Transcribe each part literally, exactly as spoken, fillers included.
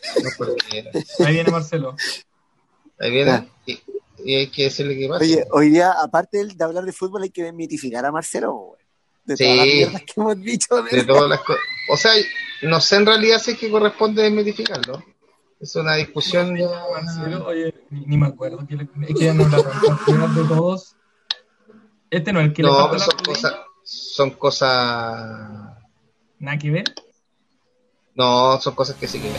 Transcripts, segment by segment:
No porque... Ahí viene Marcelo. Ahí viene. Y, y hay que decirle que pasa. Oye, hoy día, aparte de hablar de fútbol, hay que desmitificar a Marcelo, güey. De todas las Sí, mierdas que hemos dicho. de todas las cosas. O sea, no sé en realidad si es que corresponde desmitificarlo. Es una discusión ya. Marcelo, oye, ni, ni me acuerdo. Que le, es que ya no la responsabilidad de todos. Este no es el que le No, falta pero la son rodilla. cosas. Son cosas. Nada que ver. No, son cosas que sí que ven.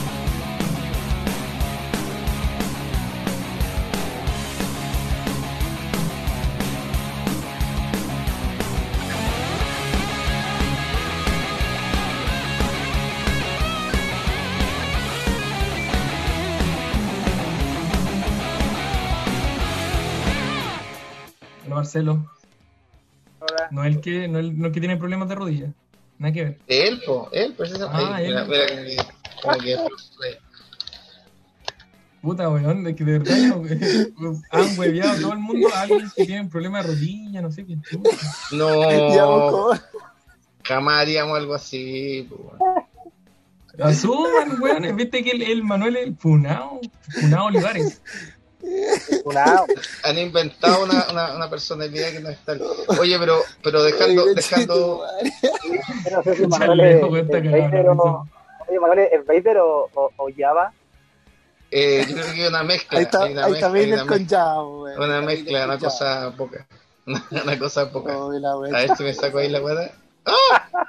No, Marcelo. Hola. No es el que, no el, no el que tiene problemas de rodilla. Nada que ver. Él, po, él, precisamente. Ah, Ahí, él. mira, mira que, como que. Puta, weón, es que de verdad no, han hueveado todo el mundo a alguien que tiene problemas de rodilla, no sé qué chucha. Ya, No, busco. jamás haríamos algo así. Po. Asuman, weón, viste que el, el Manuel es el Funao, Funao Olivares. Funao. Han inventado una, una, una personalidad que no es tal. Oye, pero, pero dejando, dejando. Yo no sé si Escucha Manuel el es, viejo, weón, está es cagado, Vader la o... Oye, Manuel, ¿es Vader o, o, o Java? Eh, yo creo que hay una mezcla. Ahí está, hay una ahí está mezcla, hay Vader una con mezcla, Jao, güey. una, mezcla una cosa poca. Una, una cosa poca. Oh, la A ver si me saco ahí la guata. ¡Ah!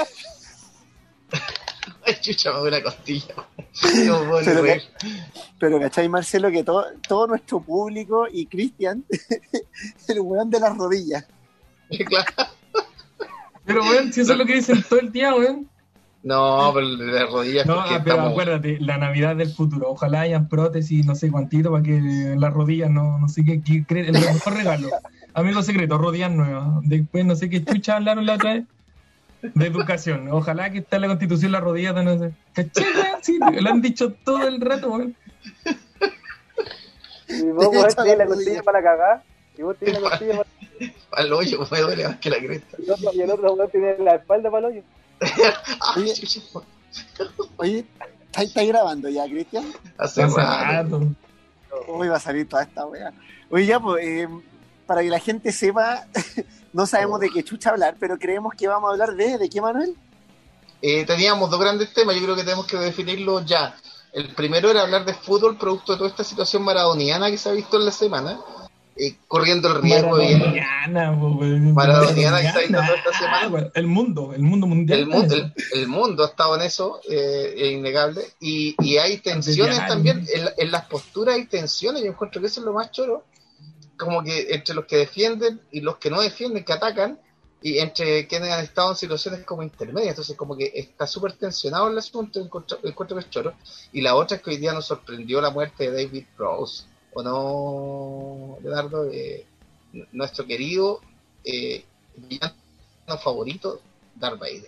Ay, chucha, me voy una costilla. No me puedo pero, reír. pero, ¿cachai, Marcelo? Que todo, todo nuestro público y Cristian, el weón de las rodillas. Claro. Pero, weón, si eso es lo que dicen todo el día, weón. No, pero las rodillas. No, porque ah, pero estamos... acuérdate, la Navidad del futuro. Ojalá hayan prótesis, no sé cuántito, para que las rodillas no, no sé qué, qué cre- el mejor regalo. Amigo secreto, rodillas nuevas. Después no sé qué chucha hablaron la otra vez. De educación. Ojalá que está en la constitución la rodilla de no sé. ¿Cachai, weón? Sí, lo han dicho todo el rato, weón. Y vos, weón, tienes la costilla para cagar. Y vos tienes la costilla para... Al hoyo, me duele más que la cresta. Y el otro, y el otro weón tiene la espalda para el hoyo. Ah, Oye. chucha. Oye, ¿estáis está grabando ya, Cristian? Hace Hace rato. rato. Hoy va a salir toda esta weá. Oye, ya, pues, eh, para que la gente sepa, no sabemos de qué chucha hablar, pero creemos que vamos a hablar de, ¿de qué, Manuel? Eh, teníamos dos grandes temas, yo creo que tenemos que definirlos ya. El primero era hablar de fútbol, producto de toda esta situación maradoniana que se ha visto en la semana, eh, corriendo el riesgo de... Maradoniana, po, weón. Maradoniana que se ha visto toda esta semana. Ah, weón, el mundo, el mundo mundial. El mundo, el, el mundo ha estado en eso, eh, es innegable, y, y hay tensiones Mundial. también, en, en las posturas hay tensiones, yo encuentro que eso es lo más choro, como que entre los que defienden y los que no defienden, que atacan, y entre quienes han estado en situaciones como intermedias, entonces como que está súper tensionado el asunto, encuentro, encuentro que es choro. Y la otra es que hoy día nos sorprendió la muerte de David Prowse, ¿o no, Leonardo? Eh, nuestro querido eh, villano favorito, Darth Vader.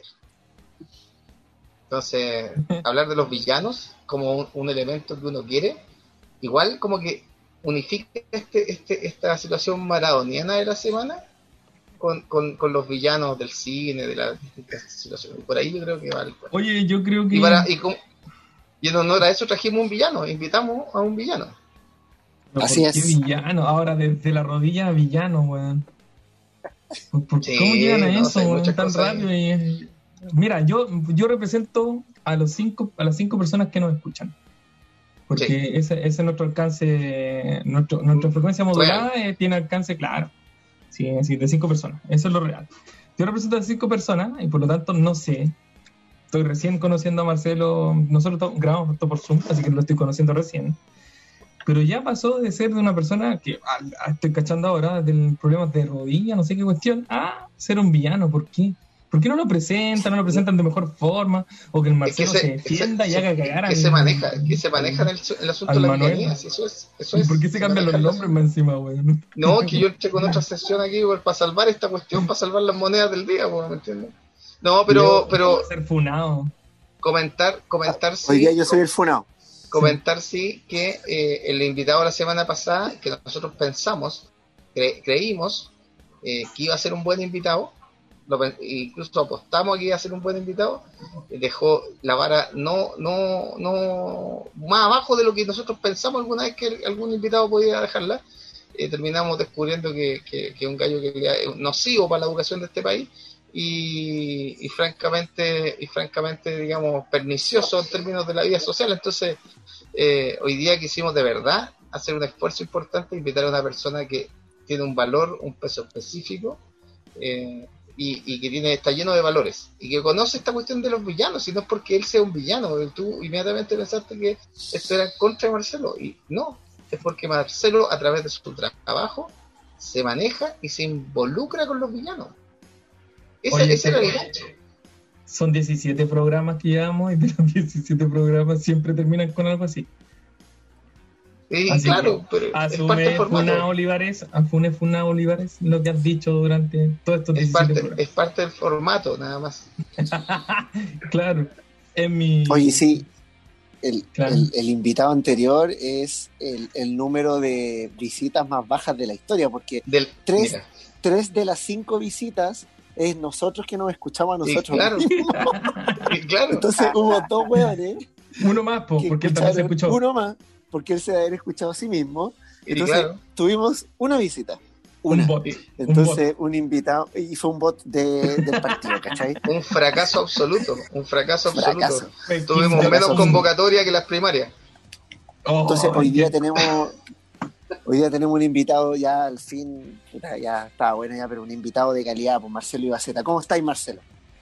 Entonces, hablar de los villanos como un, un elemento que uno quiere, igual como que unifica este, este, esta situación maradoniana de la semana con, con, con los villanos del cine, de las distintas situaciones. Por ahí yo creo que va el cuento. Oye, yo creo que... Y, para, y, con, y en honor a eso trajimos un villano, invitamos a un villano. Pero Así ¿por qué es. villano? Ahora desde la rodilla a villano, weón. ¿Por, por, Sí, ¿Cómo llegan a no, eso, sí, hay weón, muchas tan cosas rápido? Y, mira, yo, yo represento a los cinco, a las cinco personas que nos escuchan. Porque Sí. ese, ese es nuestro alcance, nuestro, nuestra frecuencia modulada eh, tiene alcance claro. Sí, sí, de cinco personas. Eso es lo real. Yo represento a cinco personas y por lo tanto no sé. Estoy recién conociendo a Marcelo. Nosotros to- grabamos esto por Zoom, así que lo estoy conociendo recién. Pero ya pasó de ser de una persona que ah, ah, estoy cachando ahora del problema de rodilla, no sé qué cuestión, a ser un villano. ¿Por qué? ¿Por qué no lo presentan, no lo presentan de mejor forma? O que el Marcelo Es que se, se- defienda se- y haga cagar que al- se maneja, que se maneja en el, el asunto al de la Manuel. villanía, sí, eso es, eso ¿Y es, por qué se cambian los maneja el nombres más encima, weón? No, que yo entré con otra sesión aquí por- para salvar esta cuestión, para salvar las monedas del día, pues, ¿me entiendes? No, pero, Yo pero voy a ser funado. comentar, comentar Hoy día sí, yo soy el funao. comentar sí que eh, el invitado la semana pasada, que nosotros pensamos, cre- creímos eh, que iba a ser un buen invitado, lo, incluso apostamos aquí a ser un buen invitado, dejó la vara no, no, no más abajo de lo que nosotros pensamos alguna vez que algún invitado podía dejarla. Eh, terminamos descubriendo que, que, que un gallo que es nocivo para la educación de este país y, y francamente y francamente digamos pernicioso en términos de la vida social. Entonces eh, hoy día quisimos de verdad hacer un esfuerzo importante, invitar a una persona que tiene un valor, un peso específico eh, y, y que tiene está lleno de valores y que conoce esta cuestión de los villanos, y no es porque él sea un villano. Tú inmediatamente pensaste que esto era en contra de Marcelo, y no, es porque Marcelo a través de su trabajo se maneja y se involucra con los villanos. Ese, Oye, ese era el gancho. Son diecisiete programas que llevamos y de los diecisiete programas siempre terminan con algo así. Sí, Así claro, pero es parte del asume formato. Funa Olivares, asume Funa Olivares lo que has dicho durante todos estos Es diecisiete parte, programas. es parte del formato, nada más. Claro, es mi... Oye, sí, el, Claro. el, el invitado anterior es el, el número de visitas más bajas de la historia, porque Del, tres, mira, tres de las cinco visitas es nosotros que nos escuchamos a y nosotros. claro, y claro, Entonces hubo dos hueones Uno más, po, que porque él también se escucharon escuchó. uno más, porque él se debe haber escuchado a sí mismo. y Entonces claro. tuvimos una visita, Un una. bot. Entonces un, invitado, y fue un bot de, del partido, ¿cachai? Un fracaso absoluto, un fracaso absoluto. Fracaso. Un Tuvimos fracaso. menos convocatoria que las primarias. Oh, Entonces hoy día qué- tenemos hoy día tenemos un invitado ya al fin, puta, ya estaba bueno ya, pero un invitado de calidad, pues Marcelo Ibaceta. ¿Cómo estáis, Marcelo?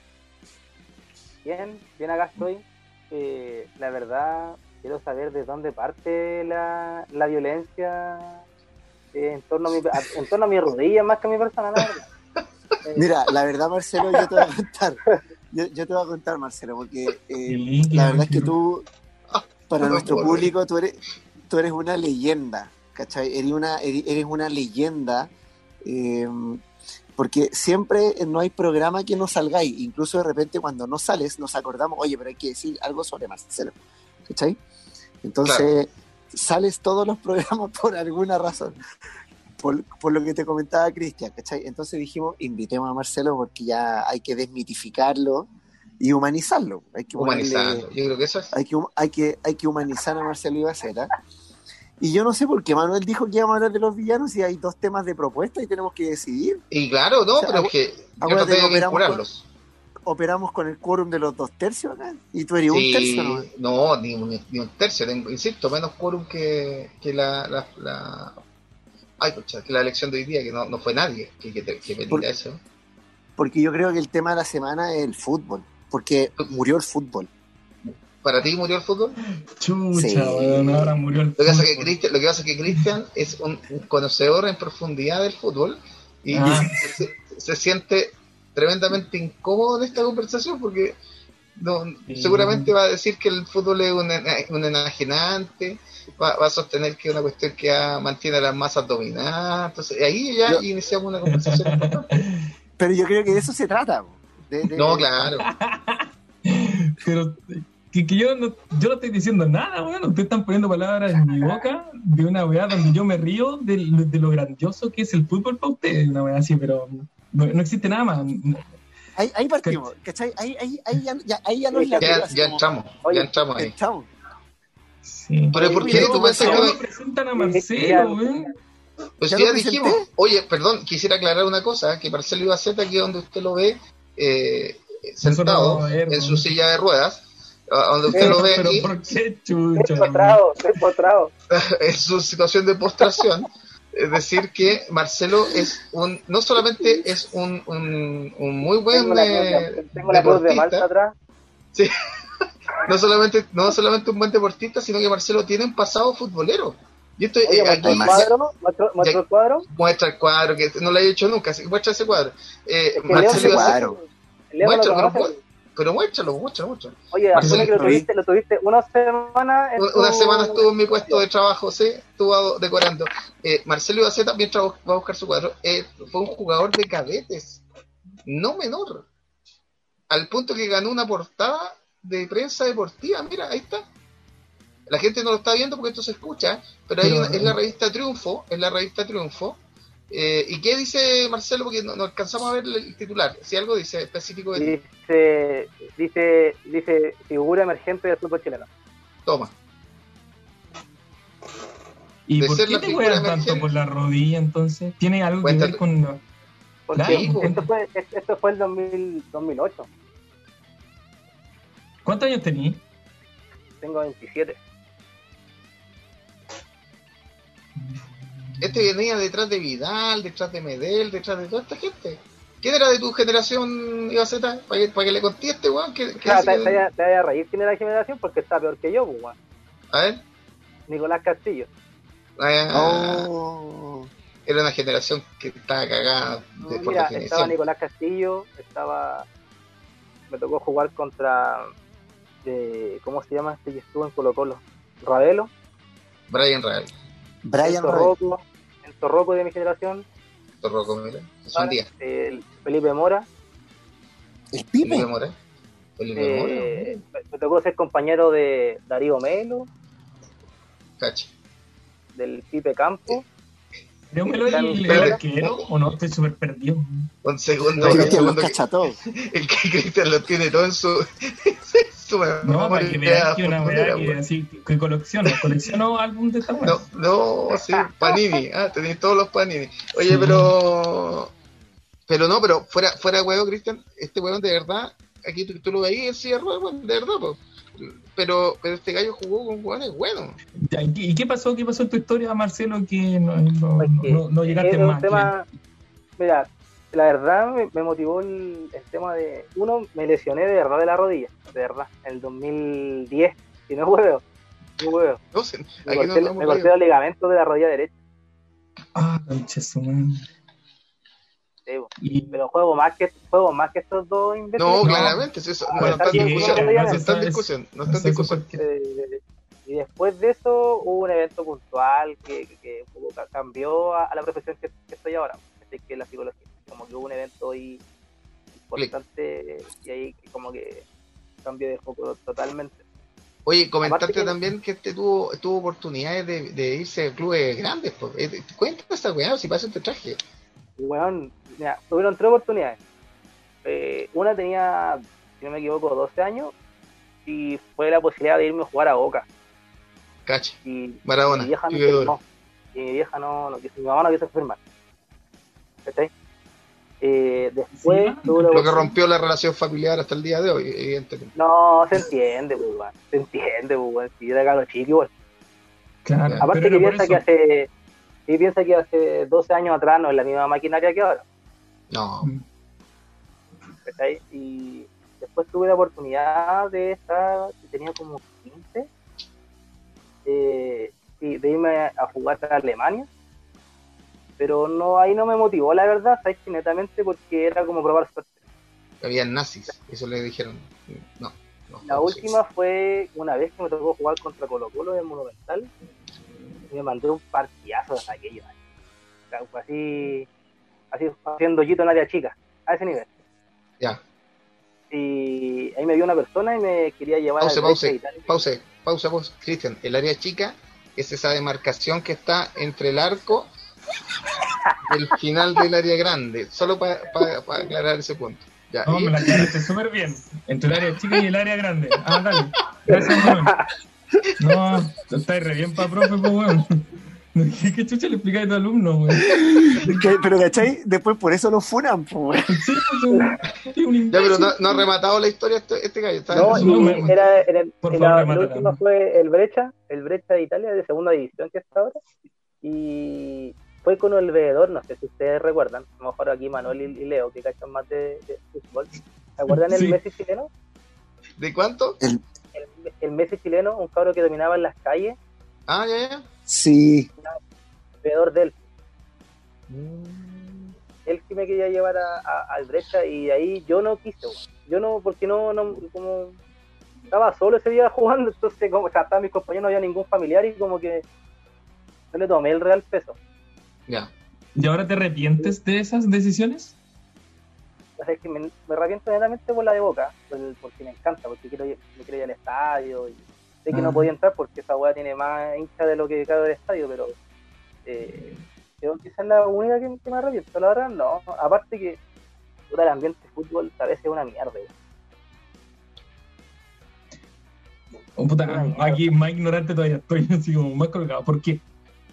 Bien, bien acá estoy. Eh, la verdad, quiero saber de dónde parte la, la violencia eh, en, torno a mi, a- en torno a mi rodilla más que a mi persona, la verdad. Eh, Mira, la verdad, Marcelo, yo te voy a contar. Yo, yo te voy a contar, Marcelo, porque eh, Sí, la verdad es que qué- tú, para No nuestro puedo público, tú eres, tú eres una leyenda, ¿cachai? Eres una, eres eres una leyenda, eh, porque siempre no hay programa que no salgáis. Incluso de repente cuando no sales, nos acordamos, oye, pero hay que decir algo sobre Marcelo, ¿cachai? Entonces, sales todos los programas por alguna razón. Por, por lo que te comentaba Cristian, ¿cachai? Entonces dijimos, invitemos a Marcelo porque ya hay que desmitificarlo y humanizarlo. Hay que ponerle- Humanizando. Yo creo que eso es. hay que, hay que, hay que humanizar a Marcelo Ibaceta. Y yo no sé por qué Manuel dijo que íbamos a hablar de los villanos y hay dos temas de propuesta y tenemos que decidir. Y claro, no, O sea, pero agu- es que yo acuérdate traté que de operamos vincularlos. Operamos con el quórum de los dos tercios acá y tú eres un tercio, ¿no? Sí, no, ni un, ni un tercio, tengo, insisto, menos quórum que, que la, la, la- ay, pucha, que la elección de hoy día, que no, no fue nadie que, que, que pedía Por- eso. Porque yo creo que el tema de la semana es el fútbol, porque murió el fútbol. ¿Para ti murió el fútbol? Chucha, Sí. weón, ahora murió el Lo que pasa es que fútbol. Cristian, lo que pasa es que Cristian es un, un conocedor en profundidad del fútbol y Ah. se, se siente tremendamente incómodo en esta conversación porque no, Sí. seguramente va a decir que el fútbol es un, ena- un enajenante, va, va a sostener que es una cuestión que ah, mantiene a las masas dominadas. Entonces ahí ya Yo- iniciamos una conversación importante. Pero yo creo que de eso se trata. De, de- No, claro. Pero que, que yo, no, yo no estoy diciendo nada, weón. Ustedes están poniendo palabras en mi boca de una weá donde yo me río de, lo- de lo grandioso que es el fútbol para ustedes, una weá así, pero no, no existe nada más. Ahí, ahí partimos, ¿cachai? Ahí, ahí, ahí, ya, ya, ahí ya nos la Ya, así ya como- entramos, Oye, ya entramos ahí. Entramos. Sí. Pero ¿por qué? ¿Tú pensás ¿Cómo que presentan a Marcelo, weón? Pues ¿Ya ya lo presenté? dijimos, oye, perdón, quisiera aclarar una cosa, que Marcelo Ibaceta, que es donde usted lo ve eh, sentado Nosotros, eh, en su silla de ruedas, a- donde usted lo ve Pero aquí, ¿por qué estoy chucha? postrado, estoy postrado. en su situación de postración, es decir, que Marcelo es un, no solamente es un, un, un muy buen Tengo la cruz eh, de, tengo la cruz de Malta deportista, atrás. no solamente, no solamente un buen deportista, sino que Marcelo tiene un pasado futbolero. Y esto Oye, eh, muestra el aquí cuadro, muestra, muestra el cuadro. muestra el cuadro, que no lo he hecho nunca, así, muestra ese cuadro. Eh, Es que Leo Marcelo se Ibaceta- cuadro. Leo no lo Muéstralo, conoce. pero, pero muéstralo, muéstralo, muéstralo. Oye, Marcelo, asume que lo lo vi. tuviste, lo tuviste una semana en Una tu- semana estuvo en mi puesto de trabajo, sí, estuvo decorando. Eh, Marcelo Ibaceta, mientras va a buscar su cuadro, eh, fue un jugador de cadetes, no menor, al punto que ganó una portada de prensa deportiva. Mira, ahí está. La gente no lo está viendo porque esto se escucha, pero hay Pero- una, es la revista Triunfo, es la revista Triunfo, Eh, ¿Y qué dice Marcelo? Porque no, no alcanzamos a ver el titular. Si algo dice específico de ti. Dice, dice, dice figura emergente del fútbol chileno. Toma. ¿Y De por ser qué la te figura juegan tanto emergente. por la rodilla entonces? ¿Tiene algo que Cuéntate. ver con...? Porque Claro, Sí, po. esto fue, esto fue el dos mil, dos mil ocho. ¿Cuántos años tenías? Tengo veintisiete. Este venía detrás de Vidal, detrás de Medel, detrás de toda esta gente. ¿Quién era de tu generación, Ibaceta? Para que, para que le conté a este weón. Que, O que sea, hace te, que- te, vaya- te vaya a reír quién era la generación porque está peor que yo, pues, weón. A ver. Nicolás Castillo. Ah, Oh. Era una generación que estaba cagada de, por Mira, estaba definición. Nicolás Castillo, estaba. Me tocó jugar contra. Eh, ¿Cómo se llama este que estuvo en Colo Colo? Ravelo. Brian Real, Brian Enzo Ravel. Rocco, Enzo Rocco de mi generación. Torroco, mira. Son días. eh, Felipe Mora. El Felipe Pipe. Mora. Felipe Mora. Eh, me, me tocó ser compañero de Darío Melo, Cacha. del Pipe Campo. ¿Creo que lo el, el Espérate. arquero o no? Estoy súper perdido. Un segundo, No, un Cristian los segundo. que- cacha todos. El que Cristian lo tiene todo en su. su No, para que veas que una futbolera, weá que weón. así que colecciono, colecciono álbum de esta weá. No, no, sí, Panini. Ah, tenéis todos los Panini. Oye, Sí. pero. Pero no, pero fuera, fuera de huevo, Cristian, este huevón de verdad, aquí tú, tú lo veías en silla de ruedas, weón, de verdad, po. Pero, pero este gallo jugó con huevones buenos. Ya, ¿y qué- ¿Y qué pasó? ¿Qué pasó en tu historia, Marcelo, que no, no, Pues que no, no llegaste es un más? tema- mira, la verdad me, me motivó el, el tema de. Uno, me lesioné de verdad de la rodilla, de verdad, en el dos mil diez. Si no huevo, no huevo. No sé, Me aquí corté, no me hemos corté los ligamentos de la rodilla derecha. Ah, concha su madre. Sí, po. Y Pero juego más que juego más que estos dos imbéciles. No, No, claramente, sí, eso, no, no está en cualquiera, discusión. no, No está en eso es- discusión. No está en eso es discusión. cualquier- Eh, y después de eso hubo un evento puntual que, que, que un poco ca- cambió a, a la profesión que, que estoy ahora, que es la psicología. Como que hubo un evento ahí importante y ahí que como que cambió de foco totalmente. Oye, comentarte Aparte que- también que este tuvo, tuvo oportunidades de, de irse a clubes grandes. Pues. Eh, Cuéntame esa weá, si pasa este traje. Y bueno, mira, tuvieron tres oportunidades. Eh, una tenía, si no me equivoco, doce años y fue la posibilidad de irme a jugar a Boca. Cacha. Y Maradona, mi vieja no pibe de oro. firmó. Y mi vieja no, no quiso, mi mamá no quiso firmar. ¿Cachai? Eh, después Sí, tuve la Lo que oportunidad- rompió la relación familiar hasta el día de hoy, evidentemente. No, se entiende, pues, weón. Se entiende, pues, weón. Si yo era caro chico, igual. Claro, Aparte pero que era por piensa que eso. hace, sí piensa que hace doce años atrás no es la misma maquinaria que ahora, No. ¿cachai? Y después tuve la oportunidad de estar, tenía como quince, eh, sí, de irme a jugar a Alemania, pero no, ahí no me motivó, la verdad, ¿sabes? Que netamente porque era como probar suerte. Habían nazis, eso le dijeron. No. no La no, última fue una vez que me tocó jugar contra Colo Colo en Monumental y me mandé un partidazo de aquello. O sea, fue así, así haciendo hoyito en área chica, a ese nivel. Ya. Y ahí me vio una persona y me quería llevar Pause, al Brescia pause, y tal. pause, pausa, pausa, Cristian. El área chica es esa demarcación que está entre el arco y el final del área grande. Solo para aclarar ese punto. Ya, No, y- me la aclaraste súper bien. Entre el área chica y el área grande. Ah, dale. Gracias, Manuel. No, tú estás re bien para profe, pues, weón. ¿Qué, qué chucha le explicáis a tu alumno, weón? Que- Pero, ¿cachai? Después por eso lo funan, pues. Sí, pues, un- es un ya, pero imbécil. no, no ha rematado la historia este, este gallo. Está No, en no, su- me- y era, era el, Por el- favor, el remátala. último fue el Brecha, el Brecha de Italia de segunda división que está ahora. Y fue con el veedor, no sé si ustedes recuerdan, a lo mejor aquí Manuel y, y Leo, que cachan más de, de fútbol. ¿Se acuerdan el Sí. Messi chileno? ¿De cuánto? El, el Messi chileno, un cabro que dominaba en las calles, Ah, ya, ya. Sí. veedor de él. Él sí me quería llevar a, a- al Brecha y ahí yo no quise, weón. Yo no, porque no, no, como estaba solo ese día jugando, entonces como o sea, estaban mis compañeros, no había ningún familiar y como que no le tomé el real peso. Ya. ¿Y ahora te arrepientes de esas decisiones? O sea, es que me, me arrepiento netamente por la de Boca, por el- porque me encanta, porque quiero ir, me quiero ir al estadio y sé que Ah. no podía entrar porque esa weá tiene más hincha de lo que cabe del estadio, pero eh, creo que esa es la única que, que me arrepiento, la verdad, no. Aparte que puta, el ambiente de fútbol a veces es una mierda, güey. Oh, puta, Una mierda. aquí más ignorante todavía estoy, así como más colgado. ¿Por qué?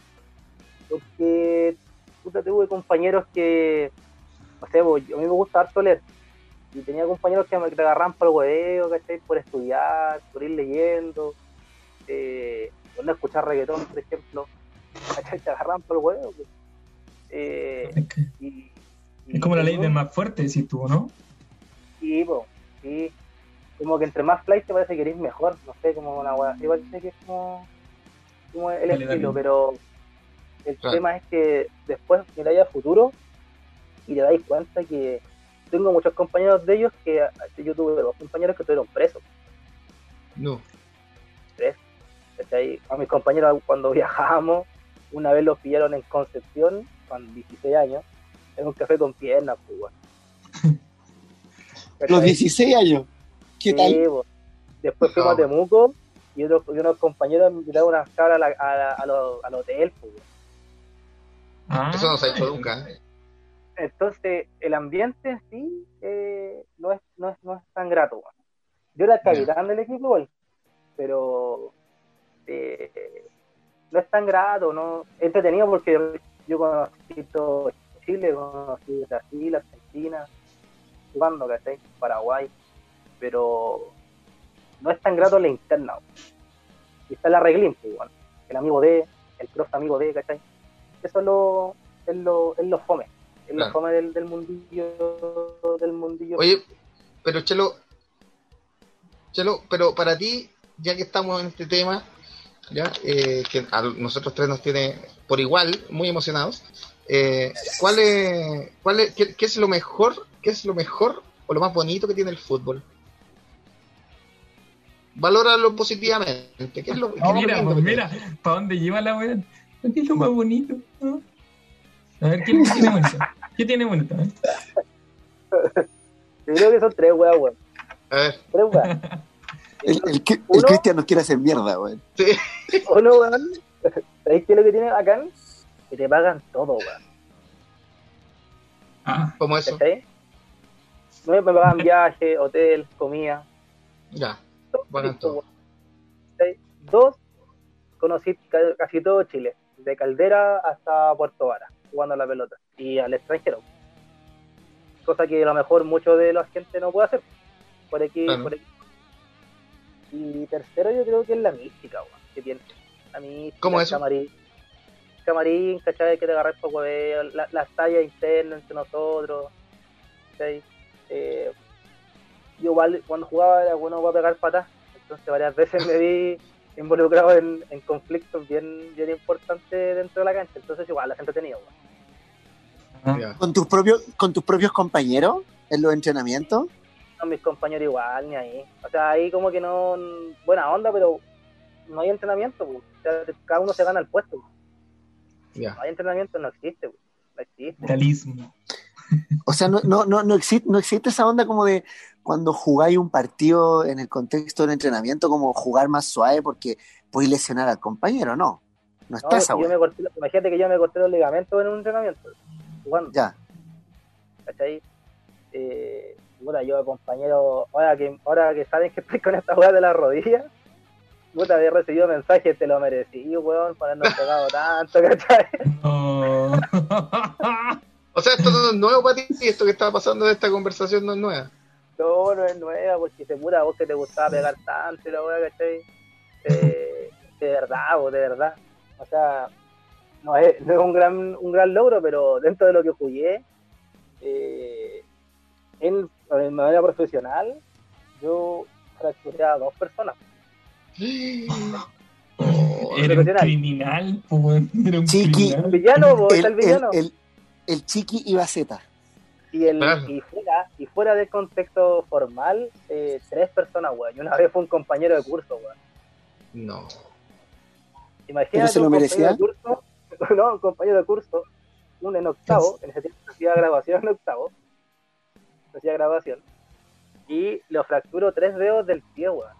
Porque, puta, tuve compañeros que, no sé, pues, a mí me gusta harto leer. Y tenía compañeros que me que te agarraban por el hueveo, ¿cachai? Por estudiar, por ir leyendo, eh, por no escuchar reggaetón, por ejemplo. ¿Cachai? Te agarraban por el hueveo. Pues. Eh, Es, que- y, y, es como la ley no, del más fuerte, decís tú, ¿no? Sí, po, sí. Como que entre más flight te parece que eres mejor. No sé, como una hueá así parece que es como, como el Dale, estilo, dale. pero el Claro. tema es que después miráis a futuro y te dais cuenta que tengo muchos compañeros de ellos que yo tuve dos compañeros que estuvieron presos. No. Tres. ¿Cachai? A mis compañeros cuando viajábamos, una vez los pillaron en Concepción, con dieciséis años, en un café con piernas, pues, weón. Los ¿Cachai? dieciséis años. ¿Qué Sí, tal? pues. Después fuimos a No. Temuco y, otros, y unos compañeros me invitaron unas cabras a la- a la- a lo- al hotel, pues, weón. Ah, Eso no se ha hecho nunca. ¿eh? Entonces, el ambiente en sí eh, no, es, no, es, no es tan grato, weón. Yo era el capitán del equipo igual, pero eh, no es tan grato, no es entretenido porque yo conocí todo Chile, conocí Brasil, Argentina, jugando, ¿cachai? Paraguay, pero no es tan grato la interna, weón. Y está la reglín, pues, weón. El amigo de, el profe amigo de, ¿cachai? Eso es lo, es lo, es lo fome, es lo Claro. fome del, del mundillo, del mundillo. Oye, pero Chelo, Chelo, pero para ti, ya que estamos en este tema, ya eh, que a nosotros tres nos tiene por igual muy emocionados, eh, ¿cuál es, cuál es, qué, qué es lo mejor, qué es lo mejor o lo más bonito que tiene el fútbol? Valóralo positivamente. ¿Qué es lo, qué es lo mira, lindo pues que mira, tiene? ¿para dónde lleva la weá? ¿Qué es lo más bonito? ¿No? A ver, ¿qué, qué tiene bonito? ¿Qué tiene bonito? eh? Yo creo que son tres weas, weón. A ver, Tres weas. El, el, el Uno- Cristian nos quiere hacer mierda, weón. sí, Uno, weón. ¿Sabéis qué es lo que tiene bacán? Que te pagan todo, weón. Ah, como eso. ¿Cachai? No me pagan viaje, hotel, comida. Ya, Todo bacán listo, todo. weón. ¿Cachai? Dos, conocí ca- casi todo Chile. De Caldera hasta Puerto Vara, jugando a la pelota. Y al extranjero. Cosa que a lo mejor mucho de la gente no puede hacer. Por aquí, Claro. por aquí. Y tercero, yo creo que es la mística, weón, que tiene. La mística, ¿Cómo el eso? camarín. Camarín, ¿cachai? Que te agarras por hueveo, la, las tallas internas entre nosotros, ¿cachai? Eh, yo igual cuando jugaba era bueno para pegar patas, entonces varias veces me vi involucrado en, en conflictos bien, bien importantes dentro de la cancha, entonces igual la gente tenía, weón. ah. Ya. ¿Con tus propios, con tus propios compañeros en los entrenamientos? Con mis compañeros igual, ni ahí. O sea, ahí como que no, buena onda, pero no hay entrenamiento, pues. O sea, cada uno se gana el puesto, pues. Ya. No hay entrenamiento, no existe, pues. No existe. Capitalismo. O sea, no, no, no, no, existe, no existe esa onda como de cuando jugáis un partido en el contexto del entrenamiento, como jugar más suave porque podéis lesionar al compañero, no. No está No, esa si yo weá. me corté, imagínate que yo me corté los ligamentos en un entrenamiento, jugando, Ya. ¿cachai? Eh, puta, yo compañero, ahora que, ahora que saben que estoy con esta weá de la rodilla, puta, había recibido mensajes, te lo merecí, weón, por habernos pegado tanto, ¿cachai? No. O sea, esto no es nuevo para ti, esto que está pasando de esta conversación no es nueva. No, no es nueva, porque se puta vos que te gustaba pegar tanto y la weá, ¿cachai? Eh, de verdad, vos, de verdad. O sea, no es, no es un gran un gran logro, pero dentro de lo que jugué, eh, en, en manera profesional, yo fracturé a dos personas. Oh, Era un profesional. criminal, pues, weón. Era un Chiqui. El criminal. villano, vos, está El, el el, villano. el, el Chiqui iba Z. Y, el, Claro. y, fuera, y fuera del contexto formal, eh, tres personas, weón. Y una vez fue un compañero de curso, weón. no. Imagínate ¿Pero se lo un compañero merecía? de curso, no, un compañero de curso, un en octavo, en ese tiempo hacía grabación en octavo, hacía grabación, y le fracturó tres dedos del pie, weón.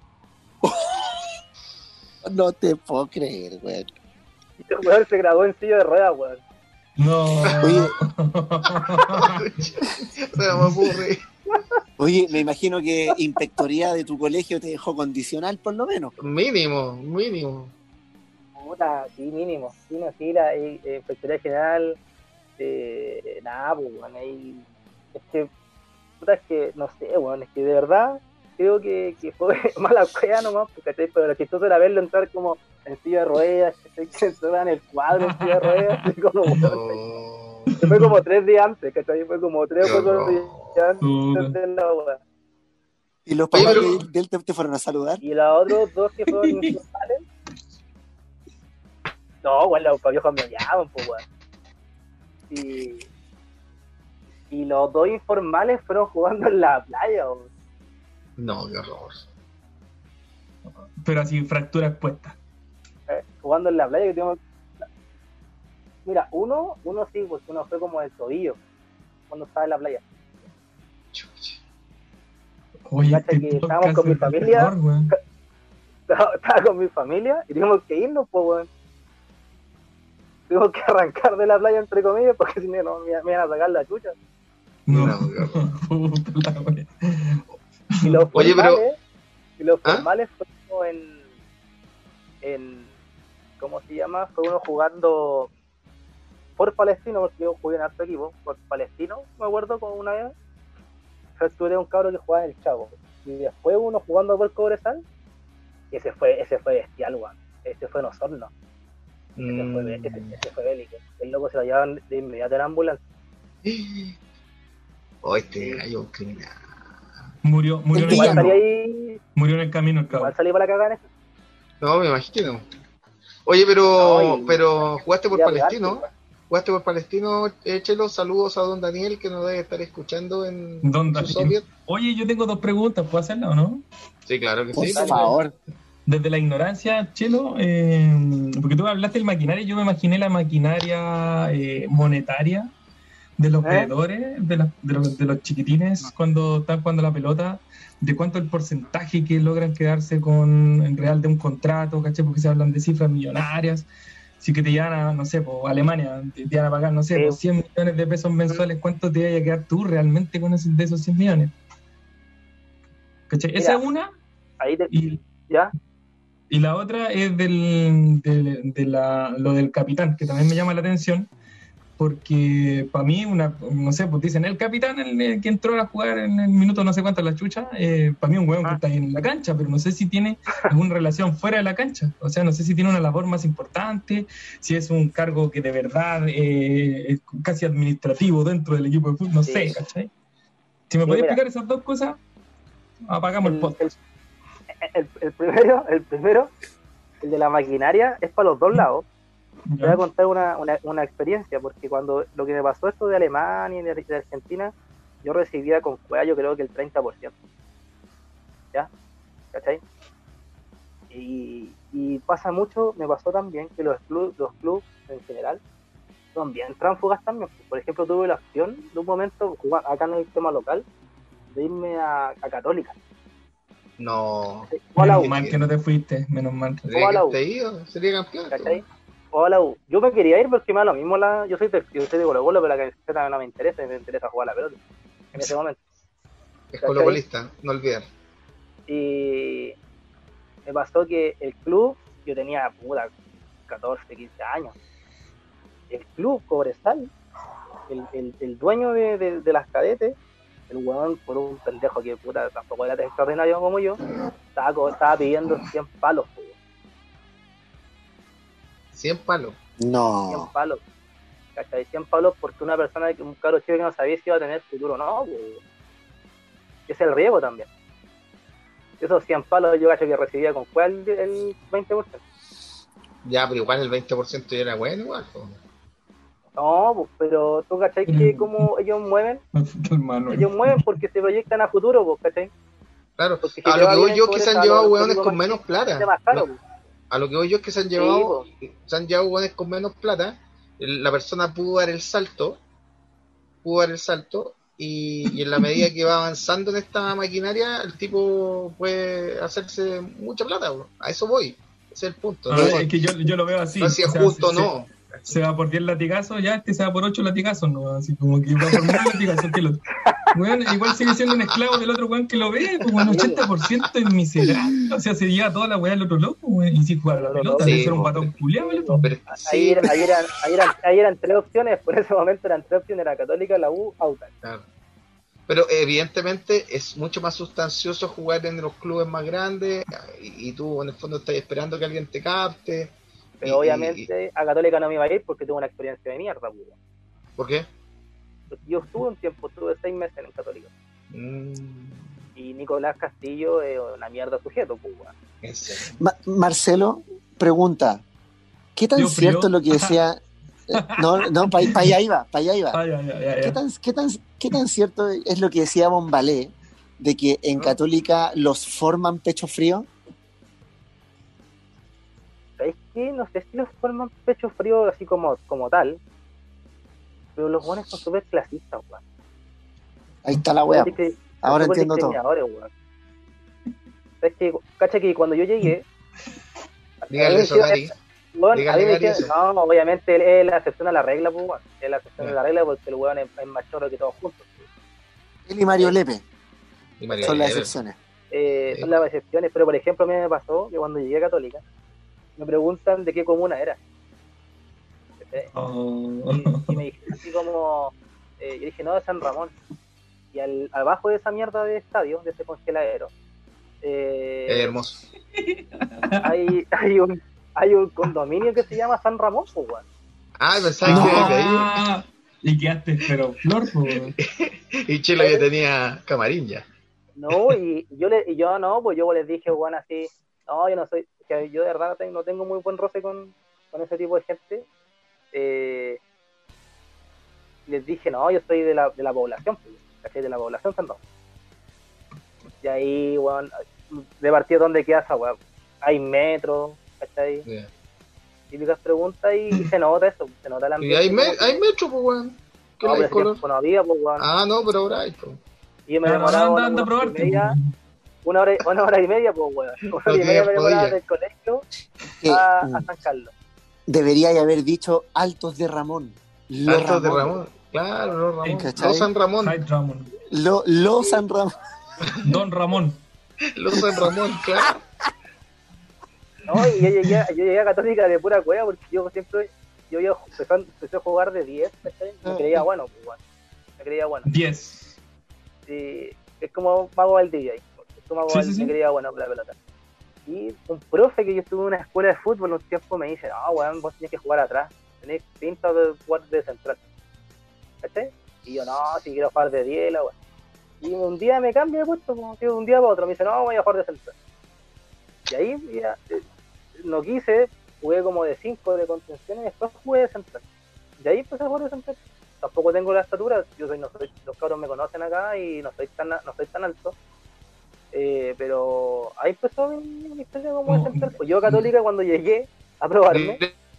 No te puedo creer, weón. Y el weón se grabó en silla de ruedas, weón. No. Oye, Se me ocurre. oye, me imagino que inspectoría de tu colegio te dejó condicional por lo menos. Mínimo, mínimo. Puta, sí, mínimo. Sí, no, sí, la eh, eh, Inspectoría General, eh, nada, pues, bueno, ahí. Es que, puta, es que, no sé, bueno, es que de verdad creo que, que fue mala cueva nomás, pues, ¿cachai? Pero lo chistoso era verlo entrar como en silla de ruedas, que se entraba en el cuadro en silla de ruedas, así como, weón, Oh, que fue como tres días antes, ¿cachai? Fue como tres qué o cuatro días horror. antes de la wea. ¿Y los Oye, papás pero- de, de él te, te fueron a saludar? Y los otros dos que fueron informales, no, bueno, los viejos me odiaban, pues, weón. Y, y los dos informales fueron jugando en la playa, weón. No, qué horror. Pero así, fractura expuesta. Eh, jugando en la playa que tengo. Mira, uno, uno sí, porque uno fue como el tobillo cuando estaba en la playa. Chucha. Oye, Cacha este que podcast estábamos con mi es de familia. terror, weón. Estaba, estaba con mi familia y tuvimos que irnos, pues, weón. Tuvimos que arrancar de la playa, entre comillas, porque si no no, me, me iban a sacar la chucha. No, No, qué horror. puta la wea. Y los Oye, pero- formales, y los ¿Ah? formales fue como en, en, ¿cómo se llama? Fue uno jugando por Palestino, porque yo jugué en alto equipo, por Palestino, me acuerdo, como una vez. Tú eres un cabro que jugaba en el Chavo. Y después uno jugando por Cobresal, y ese fue, ese fue bestial, weón. Ese fue en Osorno. Ese fue, Mm. ese, ese fue bélico. El loco se lo llevaban de inmediato en la ambulancia. Oh, este gallo es un criminal. Murió, murió en el Igual Igual salí camino. ahí, Murió en el camino el igual cabrón. salí para la cagada en eso. No, me imagino. Oye, pero, No, y- pero jugaste por Ya, Palestino. legal, Jugaste por Palestino, eh, Chelo. Saludos a don Daniel, que nos debe estar escuchando en Don su Daniel. soviet. Oye, yo tengo dos preguntas, ¿puedo hacerlas o no? Sí, claro que Por sí. favor. Desde la ignorancia, Chelo, eh, porque tú hablaste del maquinaria, yo me imaginé la maquinaria eh, monetaria de los ¿Eh? veedores, de, la- de los, de los chiquitines cuando están jugando la pelota, de cuánto el porcentaje que logran quedarse con en real de un contrato, ¿cachai? Porque se hablan de cifras millonarias. Si que te llevan a, no sé, po, Alemania, te, te van a pagar, no sé, Sí. po, cien millones de pesos mensuales, ¿cuánto te vaya a quedar tú realmente con ese, de esos cien millones? ¿Cachai? Esa Mira. es una, Ahí te, y, ya. y la otra es del, de, de la, lo del capitán, que también me llama la atención, porque para mí, una, no sé, pues dicen, el capitán, el, el que entró a jugar en el minuto no sé cuánto en la chucha, eh, para mí un hueón que Ah. está ahí en la cancha, pero no sé si tiene alguna relación fuera de la cancha, o sea, no sé si tiene una labor más importante, si es un cargo que de verdad eh, es casi administrativo dentro del equipo de fútbol, no Sí. sé, ¿cachai? Si me Sí, podéis mira. explicar esas dos cosas, apagamos el, El, podcast. el, el, el primero, el primero, el de la maquinaria, es para los dos lados. Te voy ¿Ya? a contar una, una, una experiencia, porque cuando lo que me pasó esto de Alemania y de, de Argentina, yo recibía con cueva, yo creo que el treinta por ciento. ¿Ya? ¿Cachai? Y, y pasa mucho, me pasó también que los clubes los clubes en general son bien tránsfugas también. Por ejemplo, tuve la opción de un momento, jugar acá en el tema local, de irme a, a Católica. No. O a la Menos U, mal que no te fuiste, menos mal. Sería O a la que U. te ido, sería campeón. ¿cachai? O a la U. Yo me quería ir porque me da lo mismo la. Yo soy de, yo soy de Colo Colo, pero la camiseta no me interesa, me interesa jugar a la pelota en ese momento. Es colocolista, no olvidar. Y me pasó que el club, yo tenía puta catorce, quince años. El club Cobresal, el, el, el dueño de, de, de las cadetes, el huevón, por un pendejo que puta tampoco era tan extraordinario como yo, estaba, co- estaba pidiendo cien palos, po, cien palos. cien No. palos. ¿Cachai? cien palos porque una persona, que un caro chico que no sabía si iba a tener futuro o no, po. Es el riesgo también. Esos cien palos yo cacho que recibía con cuál el, el veinte por ciento. Ya, pero igual el veinte por ciento ya era bueno, igual. po. No, pues, pero tú cachai que como ellos mueven, Hermano, ellos mueven porque se proyectan a futuro, pues, ¿cachai? Claro, Porque si a te lo va que voy bien yo en es que se han Cobresal, llevado los hueones equipos con más menos chicos plata. es más caro, No, pues. a lo que voy yo es que se han Sí, llevado, se han llevado hueones con menos plata. El- La persona pudo dar el salto, pudo dar el salto, y, y en la medida que va avanzando en esta maquinaria, el tipo puede hacerse mucha plata, bro. A eso voy, ese es el punto. Ah, No es sé que yo, yo lo veo así. no sé si es o sea, justo o se- no. se va por diez latigazos, ya este se va por ocho latigazos, ¿no? Así como que va por menos latigazos que el otro. Weón, igual sigue siendo un esclavo del otro weón que lo ve, como un ochenta por ciento es miserable. O sea, se lleva toda la weá al otro loco, weón. Y sin jugar a la pelota, Sí, debe ser un po. patón culiado, el otro. Pero, Ahí, sí, era- ahí, eran, ahí, eran, ahí eran tres opciones, por ese momento eran tres opciones, era Católica, la U, Audax. claro. Pero evidentemente es mucho más sustancioso jugar en los clubes más grandes y, y tú en el fondo estás esperando que alguien te capte. Pero y- obviamente a Católica no me iba a ir porque tuve una experiencia de mierda, pues. y- ¿Por qué? Yo estuve un tiempo, estuve seis meses en Católica. Mm, Y Nicolás Castillo es una mierda sujeto, pues. en serio. Ma- Marcelo pregunta, ¿qué tan ¿Dio frío? cierto es lo que decía? eh, no, no, para allá iba, para allá iba. Ay, ay, ay, ay, ¿Qué ay. tan, qué, tan, ¿Qué tan cierto es lo que decía Bombalé de que en ¿No? Católica los forman pecho frío? ¿Sabéis qué? No sé si los forman pecho frío así como, como tal, pero los buenos son súper clasistas, weón. Ahí está la weá. Son discri- son Ahora súper entiendo todo. discriminadores, weón. ¿Sabes qué? Cacha que cuando yo llegué, Dígale eso, Gary. bueno, a Dígale, mí me Gary, dijeron, eso. no, obviamente él es la excepción a la regla, pues, weón. Es la excepción Ya. a la regla porque el weón es, es más chorro que todos juntos. Pues. Él y Mario Lepe Y María son las Elena. excepciones. Eh, Sí. son las excepciones, pero por ejemplo a mí me pasó que cuando llegué a Católica me preguntan de qué comuna era. ¿Cachai? Oh. Y, y me dijeron así como, eh, yo dije, no, de San Ramón. Y al, abajo de esa mierda de estadio, de ese congeladero, eh, Es hermoso. hay, hay, un, hay un condominio que se llama San Ramón, pues, weón. Ah, pensaba No. que era de ahí. Ah, y quedaste, pero flor, pues. Y Chelo ya tenía camarín ya. No, y yo le, y yo no, pues yo les dije, bueno, así, no, yo no soy, que yo de verdad no tengo, no tengo muy buen roce con, con ese tipo de gente. Eh, les dije, no, yo soy de la, de la población, pues, ¿cachai? De la población San Ramón. Y ahí, weón, de partido donde queda esa weón. Hay metro, ¿cachai? Yeah. Típicas preguntas y se nota eso, se nota el Y ambiente. hay, me- como que- hay metro, pues, weón. ¿Qué no, le pero hay ese color? tiempo no había, pues, weón. Ah, no, pero ahora hay, pues. Y yo me Claro, demoraba anda, una, anda a una hora y probarte. media, una hora, y- una hora y media, pues, weón. Una hora y tienes media me demoraba rodillas. del colegio Que, a, mm, a San Carlos. debería haber dicho Altos de Ramón. Lo Altos de Ramón. Ramón. Claro, no Ramón. ¿Cachai? No San Ramón. Hyde Ramón. Lo, lo San Ramón. Don Ramón. Los San Ramón, claro. No, y yo llegué, a- yo llegué a Católica de pura cueva porque yo siempre, yo, yo empecé, empecé a jugar de diez, ¿cachai? Me creía bueno, pues, weón. Me creía bueno. diez. Sí, es como Mago Valdivia ahí. Es como Mago Sí, sí, Valdivia, sí. me creía bueno con la pelota. Y un profe que yo estuve en una escuela de fútbol un tiempo me dice, no, weón, vos tenés que jugar atrás, tenés pinta de jugar de central. ¿Cachai? Y yo, no, si quiero jugar de diez, la weón. Y un día me cambia de puesto, como que de un día para otro, me dice, no, voy a jugar de central. Y ahí ya, eh, no quise, jugué como de cinco de contención y después jugué de central. Y ahí empecé a jugar de central. Tampoco tengo la estatura, yo soy, no soy, los cabros me conocen acá y no soy tan, no soy tan alto. Eh, pero ahí empezó mi, mi historia como de central. Pues yo a Católica cuando llegué a probarme,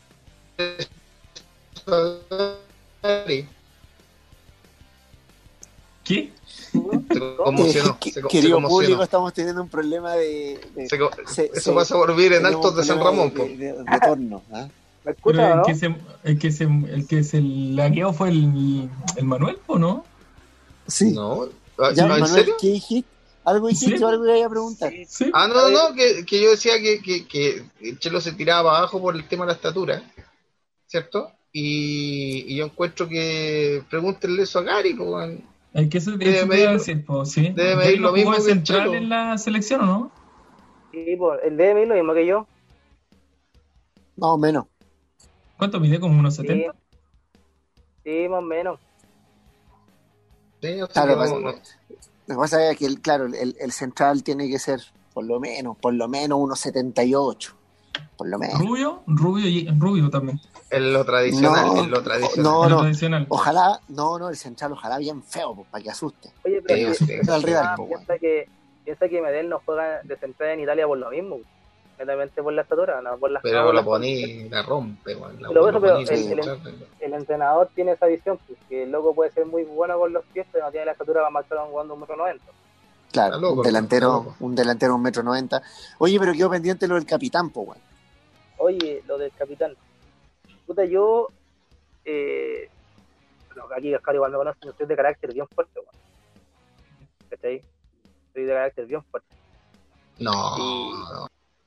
¿Qué? Se conmocionó. Eh, que- se, co- se querido conmocionó. público, estamos teniendo un problema de. de- Se co- se- eso se- pasa por vivir en tenemos Altos de un San problema Ramón, po. de, de- de retorno. ¿ah? ¿me Pero escuchan o el no? que se, el que se, el que se lagueó fue el, el Manuel, ¿o no? Sí. No. Ah, Ya, ¿no, ¿En Manuel, serio? ¿qué dijiste? ¿Algo dijiste Sí. o algo que iba a preguntar? Sí. Ah, no, no, no, que, que yo decía que, que, que el Chelo se tiraba para abajo por el tema de la estatura, ¿cierto? Y, y yo encuentro que pregúntenle eso a Gary, pues, weón. El que se, Debe eso te medir- iba a decir, pues, sí. debe ¿Gary medir no lo mismo jugó de que el central Chelo. en la selección o no? Sí, pues, el D M lo mismo que yo. Más o menos. ¿Cuánto mide? ¿Como unos Sí, setenta? sí, más o menos. Sí, o sea Claro, que pues, no- no- Lo que pasa es que, el, claro, el, el central tiene que ser por lo menos, por lo menos unos setenta y ocho. Por lo menos. ¿Rubio? Rubio, y, rubio también. es lo tradicional, No, es lo tradicional. no, Lo no. tradicional. Ojalá, no, no, el central, ojalá bien feo, pues, para que asuste. Oye, pero Sí, si- sí, al sí. rival, ah, pues, piensa, que, piensa que Medel no juega de central en Italia por lo mismo. Netamente por la estatura, no por las no Pero por lo las poní, la rompe, weón. La, Pero lo eso, pero poní, el- lo el- rompe. el entrenador tiene esa visión, pues, que el loco puede ser muy bueno con los pies, pero no tiene la estatura para marcar a un jugando un metro noventa. Claro, Está loco, un delantero, está loco. un delantero un metro noventa. Oye, pero quedó pendiente lo del capitán, pues, weón. Oye, lo del capitán. puta, yo, eh, bueno, aquí Oscar igual me conoce, yo soy de carácter bien fuerte, weón. ¿Cachai? Soy de carácter bien fuerte. No, Y, no.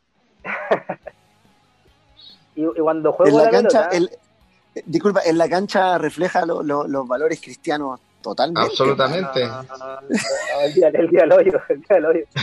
y, y cuando juego En la la cancha, pelota, el, disculpa, en la cancha refleja lo, lo, los valores cristianos totalmente. Absolutamente. no, no, no, no, el día, el día del hoyo, el día del hoyo.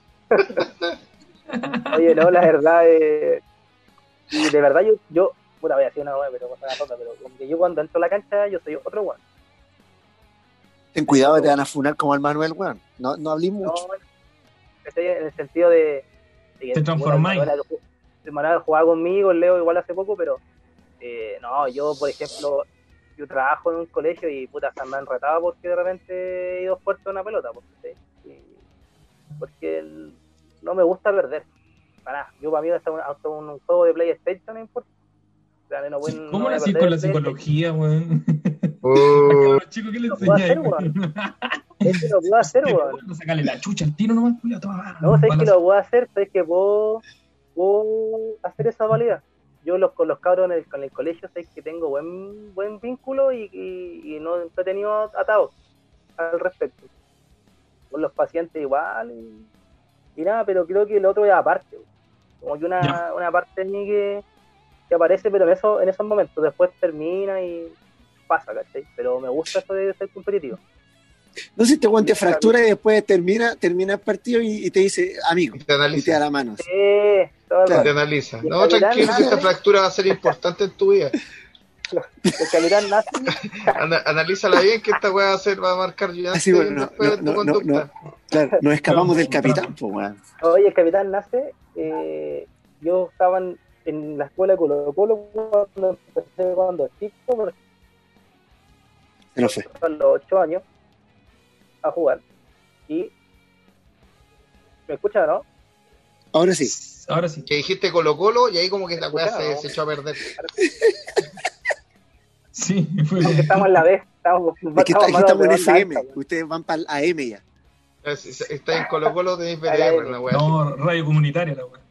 Oye, no, la verdad, eh, y de verdad yo, yo, puta, voy a decir una weá, pero cosa rota, pero como que yo cuando entro a la cancha, yo soy otro weón. Ten cuidado, te van a funar como al Manuel, weón. No, no hablé mucho. No, estoy en el sentido de, de que Te transformáis. Bueno, el Manuel, el Manuel jugaba conmigo, el Leo igual hace poco, pero eh, no, yo por ejemplo, yo trabajo en un colegio y puta, se me han retado porque de repente he ido fuerte a una pelota, porque, ¿sí? porque el, no me gusta perder, para nada. Yo para mí hasta un, hasta un juego de PlayStation no importa. O sea, no voy, Sí, no ¿cómo voy lo a hacís perder con la el PlayStation. psicología, weón? Uh, A los chicos, ¿qué le Lo puedo hacer, enseñáis? weón. Es que lo puedo hacer, weón. Sacarle la chucha al tiro nomás, culiao, toma. No, sabes que balazo. lo puedo hacer, sabes que puedo, puedo hacer esa valía. Yo los, con los cabros en el, con el colegio sé que tengo buen buen vínculo y, y, y no he tenido atado al respecto. Con los pacientes igual y, y nada, pero creo que el otro es aparte. Como que una, Ya. una parte de mí que, que aparece, pero en, eso, en esos momentos después termina y pasa, ¿cachai? Pero me gusta eso de ser competitivo. No sé si te te fractura y después termina, termina el partido y, y te dice, amigo, y te y te da analiza. la mano. Sí, todo el Claro. Te rato. analiza. Y el No, capitán tranquilo, que nace, esta fractura va a ser importante en tu vida. el capitán nace, Ana- analízala bien, que esta weá va a ser, va a marcar Así, antes y bueno, después no, de tu no, no, conducta. no, claro, nos escapamos No, del capitán, no. pues, weón. oye, el capitán nace, eh, yo estaba en, en la escuela de Colo Colo cuando empecé cuando chico, por Se nos fue. ejemplo, a los ocho años, a jugar. Y, ¿me escuchan, no? Ahora sí. Ahora sí. Que dijiste Colo Colo y ahí como que la weá Escucha, se, ¿no? se echó a perder. Sí, fue Porque estamos en la B, estamos, Es que, está, estamos es que más estamos en de F onda M. alta, weón. Ustedes van para el A M ya. Si si estáis en Colo Colo tenéis B A la D R, M. una weá así. No, radio comunitaria la weá.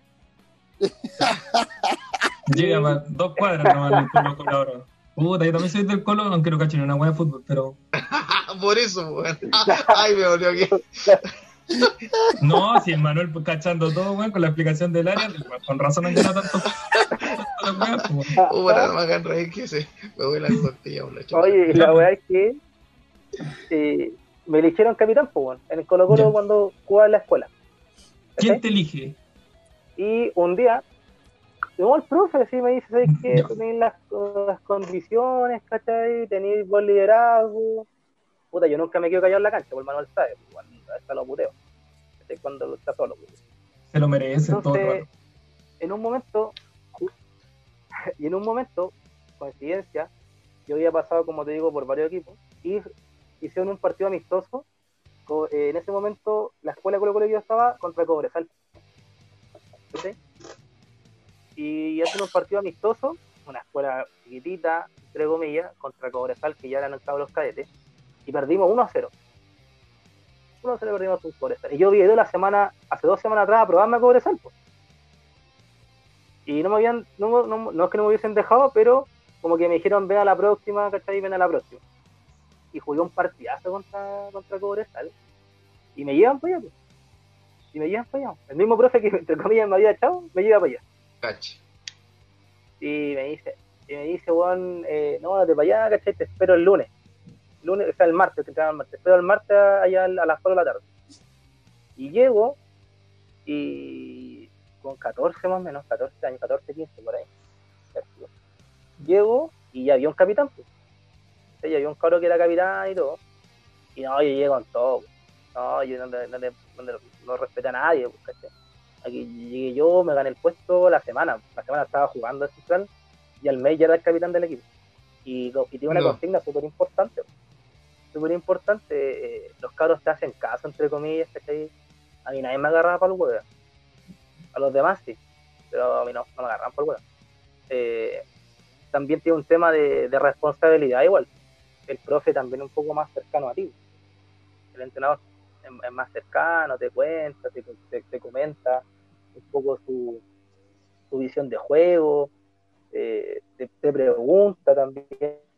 Llega para dos cuadras nomás el Colo Colo ahora. Puta, yo también soy del Colo, aunque no cacho ni una weá de fútbol, pero. Por eso, weón. Ay, me dolió aquí. No, si el Manuel pues, cachando todo, weón, con la explicación del área, con razón han ganado tanto. tanto la weá, pues, weón. Ahora no me hagan reír que se me voy la tortilla, una chupa. Oye, Ya, la pues. weá es que eh, me eligieron capitán, pues, bueno, en el Colo Colo Ya. cuando jugaba en la escuela. ¿Quién te elige? Y un día, no, el profe así me dice, ¿sabes qué? Ya. Tenéis las, las condiciones, ¿cachai? Tenéis buen liderazgo. Puta, yo nunca me quedo callado en la cancha, por Manuel sabe, pues, cuando está lo puteo. ¿Cachai? Cuando está solo. Pues. Se lo merece todo el Entonces, rato. en un momento, y en un momento, coincidencia, yo había pasado, como te digo, por varios equipos, y hicieron un partido amistoso. co- eh, en ese momento, la escuela Colo Colo que yo estaba contra Cobresal. ¿Sí? Y hacen un partido amistoso, una escuela chiquitita, entre comillas, contra Cobresal, que ya eran octavos los cadetes, y perdimos uno a cero. uno a cero perdimos con Cobresal. Y yo había ido la semana, hace dos semanas atrás a probarme a Cobresal, pues. Y no me habían, no, no, no es que no me hubiesen dejado, pero como que me dijeron, ven a la próxima, ¿cachai? Ven a la próxima. Y jugué un partidazo contra, contra Cobresal. Y me llevan para allá, pues. Y me llevan para allá. El mismo profe que, entre comillas, me había echado, me lleva para allá. Cachi. Y me dice, y me dice, Juan, eh, no, date para allá, ¿cachai? Te espero el lunes. Lunes, o sea, el martes, te, el martes. Te espero el martes allá a las cuatro de la tarde. Y llego, y con catorce más o menos, catorce años, catorce, quince, por ahí. Llego, y ya había un capitán, pues. O sea, ya había un cabro que era capitán y todo. Y no, yo llegué con todo, pues. No, yo no, no, no, no, no respeté a nadie, pues, ¿cachai? Aquí llegué yo, me gané el puesto la semana. La semana estaba jugando el central y al mes ya era el capitán del equipo. Y, y tiene una No. consigna súper importante. Súper importante. Eh, los cabros te hacen caso, entre comillas, ¿cachai? A mí nadie me agarraba para el huevo. A los demás sí, pero a mí no, no me agarran por el huevo. Eh, también tiene un tema de, de responsabilidad igual. El profe también es un poco más cercano a ti. El entrenador es, es más cercano, te cuenta, te, te, te comenta un poco su, su visión de juego, eh, te, te pregunta también.